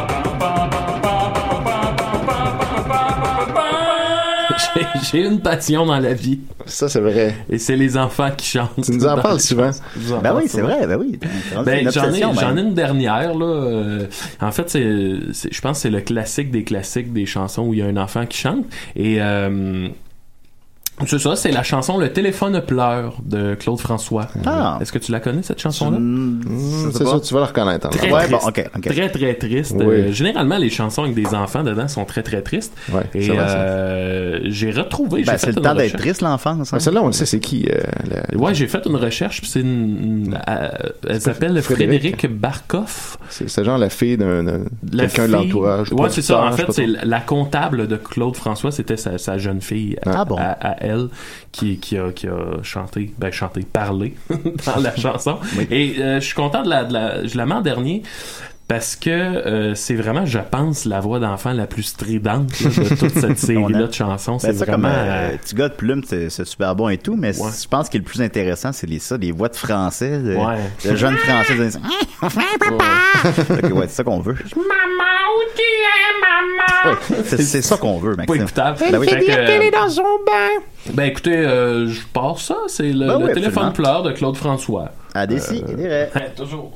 J'ai, j'ai une passion dans la vie. Ça, c'est vrai. Et c'est les enfants qui chantent. Tu nous en parles souvent. En ben oui, c'est vrai. Ben oui. Ben, j'en ai, j'en ai une dernière, là. Euh, en fait, c'est, c'est, je pense que c'est le classique des classiques des chansons où il y a un enfant qui chante. Et, euh, C'est ça, c'est la chanson Le téléphone pleure de Claude François. Ah. Est-ce que tu la connais, cette chanson-là? Mmh, c'est ça, tu vas la reconnaître. Très, ouais, triste, bon, okay, okay. très, très triste. Oui. Euh, généralement, les chansons avec des enfants dedans sont très, très tristes. Ouais, Et c'est vrai, euh, j'ai retrouvé... Ben, j'ai c'est fait le une temps d'être recherche. triste, l'enfance. Hein? Ah, celle-là, on le sait, c'est qui? Euh, la... Ouais, j'ai fait une recherche, puis c'est une... une- euh, elle s'appelle Frédéric. Frédéric Barkoff. C'est, c'est genre la fille d'un, d'un La quelqu'un fille- de l'entourage. Ouais, c'est ça. En producteur, fait, je sais c'est pas la comptable de Claude François, c'était sa, sa jeune fille à, Ah bon? à, à elle qui, qui, a, qui a chanté, ben chanté, parlé dans la chanson. Oui. Et euh, je suis content de la, de la, je la mets en dernier. Parce que euh, c'est vraiment, je pense, la voix d'enfant la plus stridente là, de toute cette série-là de chansons. C'est Ben, ça, vraiment... comme euh, petit gars de plume, c'est, c'est super bon et tout, mais Ouais. je pense que le plus intéressant, c'est les, ça, les voix de français, de, Ouais. de jeunes français. De... Ok, ouais, c'est ça qu'on veut. Maman, où tu es, maman? Ouais, c'est, c'est ça qu'on veut, pas Maxime. écoutable. Ben oui. Fait que, qu'elle est dans son bain. ben écoutez, euh, je pars ça. C'est le, Ben le oui, téléphone absolument. pleure de Claude François. À des si, et des raies. Ouais, toujours.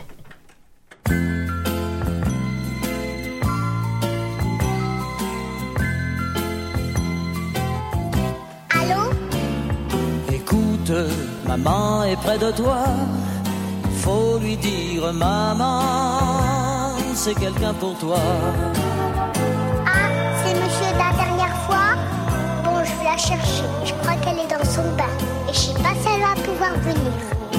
Allô? Écoute, maman est près de toi. Il faut lui dire, maman, c'est quelqu'un pour toi. Ah, c'est monsieur de la dernière fois? Bon, je vais la chercher. Je crois qu'elle est dans son bain. Et je sais pas si elle va pouvoir venir.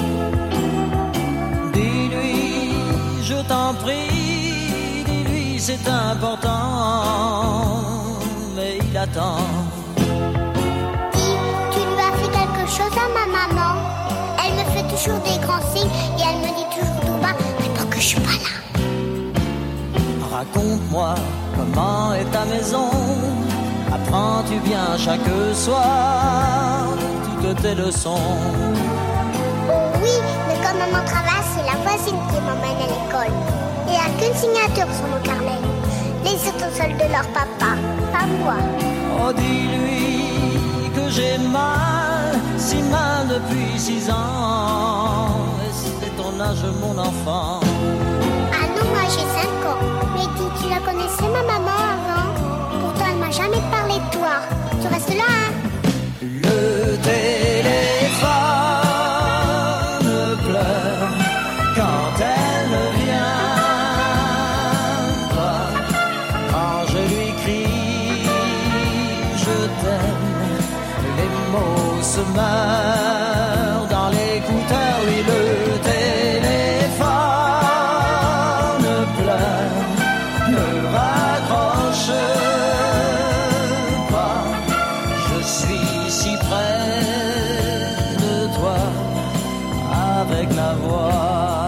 Dis-lui, je t'en prie, dis-lui, c'est important. Mais il attend. Dis, tu lui as fait quelque chose à ma maman? Elle me fait toujours des grands signes et elle me dit toujours tout bas, mais que je suis pas là. Raconte-moi comment est ta maison. Apprends-tu bien chaque soir toutes tes leçons? Oh oui, mais comme maman travaille, c'est la voisine qui m'emmène à l'école. Il n'y a qu'une signature sur mon carnet. Les autres seuls de leur papa, pas moi. Oh, dis-lui que j'ai mal, si mal depuis six ans. Et c'est ton âge, mon enfant. Ah non, moi j'ai cinq ans. Mais dis, tu la connaissais ma maman avant? Pourtant elle m'a jamais parlé de toi. Tu restes là, hein? Le téléphone pleure quand elle ne vient pas. Quand je lui crie, je t'aime, les mots se meurent dans l'écouteur. Oui, le téléphone pleure, ne raccroche pas. Je suis si près de toi avec la voix.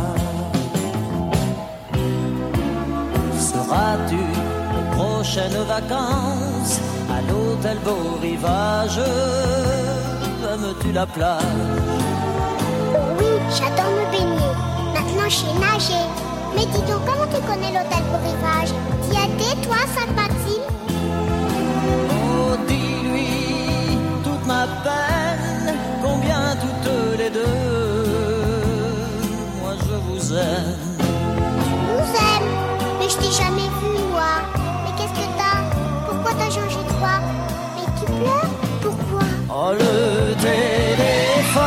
Seras-tu aux prochaines vacances à l'hôtel Beau Rivage? Aimes-tu la plage? Oui, j'adore me baigner. Maintenant je sais nager. Mais dis donc, comment tu connais l'hôtel Beau Rivage? T'y as été, toi, Sainte-Mathilde? Oh, dis-lui toute ma peine, combien toutes les deux, moi je vous aime. Tu nous aimes. Mais je t'ai jamais vu, moi. Mais qu'est-ce que t'as? Pourquoi t'as changé de voix? Mais tu pleures? Pourquoi? Oh, le téléphone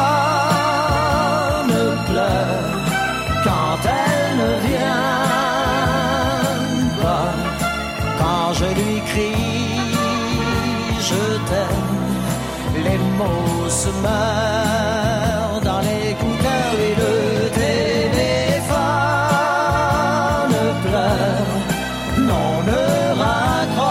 pleure quand elle ne vient pas. Quand je lui crie, je t'aime, les mots se meurent dans l'écouteur. Et le téléphone pleure, non, ne raccroche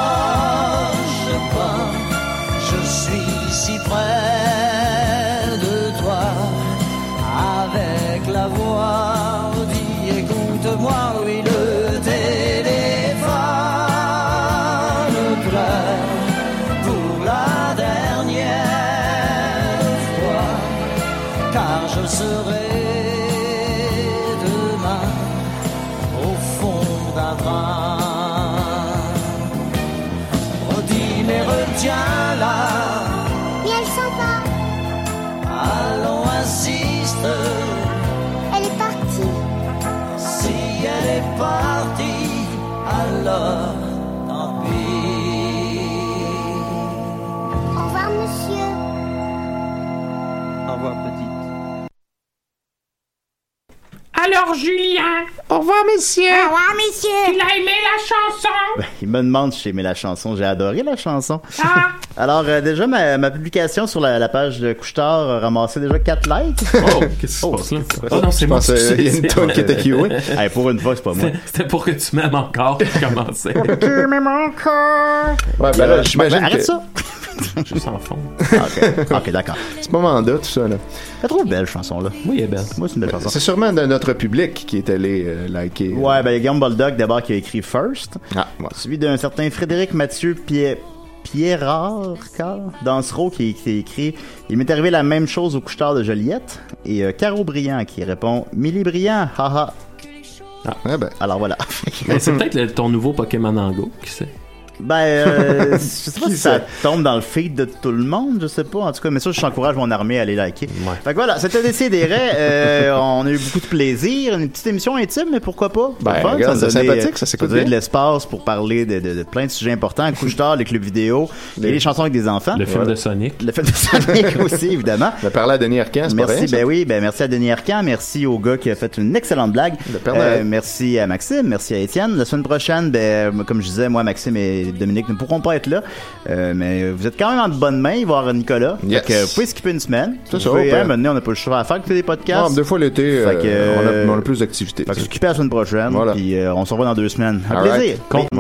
pas. Je suis si près de toi avec la voix. Dis, écoute-moi, oui, le téléphone pleure pour la dernière fois, car je serai demain au fond d'un train. Oh, dis, mais retiens-la. Mais elle s'en va. Allons, insiste. Elle est partie. Si elle est partie, alors tant pis. Au revoir, monsieur. Au revoir, petite. Alors, Julien. Au revoir, messieurs. Au revoir, messieurs. Tu l'as aimé la chanson? Ben, il me demande si j'ai aimé la chanson. J'ai adoré la chanson. Ah. Alors, euh, déjà, ma, ma publication sur la, la page de Couche-Tard a ramassé déjà quatre likes. Oh, qu'est-ce qui se passe là? Oh non, c'est moi. Il y a une tonne qui était kiwi. Hey, pour une fois, c'est pas moi. C'était- C'était pour que tu m'aimes encore pour commencer. Tu m'aimes encore. Ouais, ben là, j'imagine Ben, arrête que... ça. Juste en fond. ok, ok, d'accord. C'est pas mandat, tout ça, là. C'est trop belle chanson, là. Oui, elle est belle. Moi, c'est une belle chanson. C'est sûrement de notre public qui est allé euh, liker. euh. Ouais, ben, il y a Guillaume Boldoc d'abord qui a écrit First. Ah, ouais. Suivi d'un certain Frédéric Mathieu Pierre. Pierrard, Dansereau, qui, qui a écrit « Il m'est arrivé la même chose au couche-tard de Joliette » et euh, Caro Briand qui répond « Millie Briand, haha ». Ah. Ouais, ben. Alors voilà. Mais c'est peut-être le- ton nouveau Pokémon en Go, qui sait? Ben, euh, je sais pas si ça tombe dans le feed de tout le monde, je sais pas. En tout cas, mais ça, j'encourage mon armée à aller liker. Ouais. Fait que voilà, c'était Décidérez. Euh, on a eu beaucoup de plaisir. Une petite émission intime, mais pourquoi pas? Ben, Fun, regarde, ça c'est donnait, sympathique, ça s'écoute ça donnait bien. de l'espace pour parler de, de, de plein de sujets importants. Couche tard, les clubs vidéo, Les- et les chansons avec des enfants. Le film Voilà. de Sonic. Le film de Sonic aussi, évidemment. On a parlé à Denis Arcand, c'est pas Merci, rien, ça? ben oui, ben merci à Denis Arcand, merci au gars qui a fait une excellente blague. Le Père Noël. Euh, merci à Maxime, merci à Étienne. La semaine prochaine, ben comme je disais, moi, Maxime et Dominique ne pourront pas être là, euh, mais vous êtes quand même en bonne main. Il va y avoir Nicolas. Yes. Fait que vous pouvez skipper une semaine. C'est Vous ça, pouvez, au hein, pire. maintenant, on n'a pas le choix à faire que des podcasts. Non, deux fois l'été, euh, Fait que, on, a, euh, on a plus d'activités. Fait que skipper la semaine prochaine. Voilà. Puis euh, on se revoit dans deux semaines. Un All plaisir. right. Oui.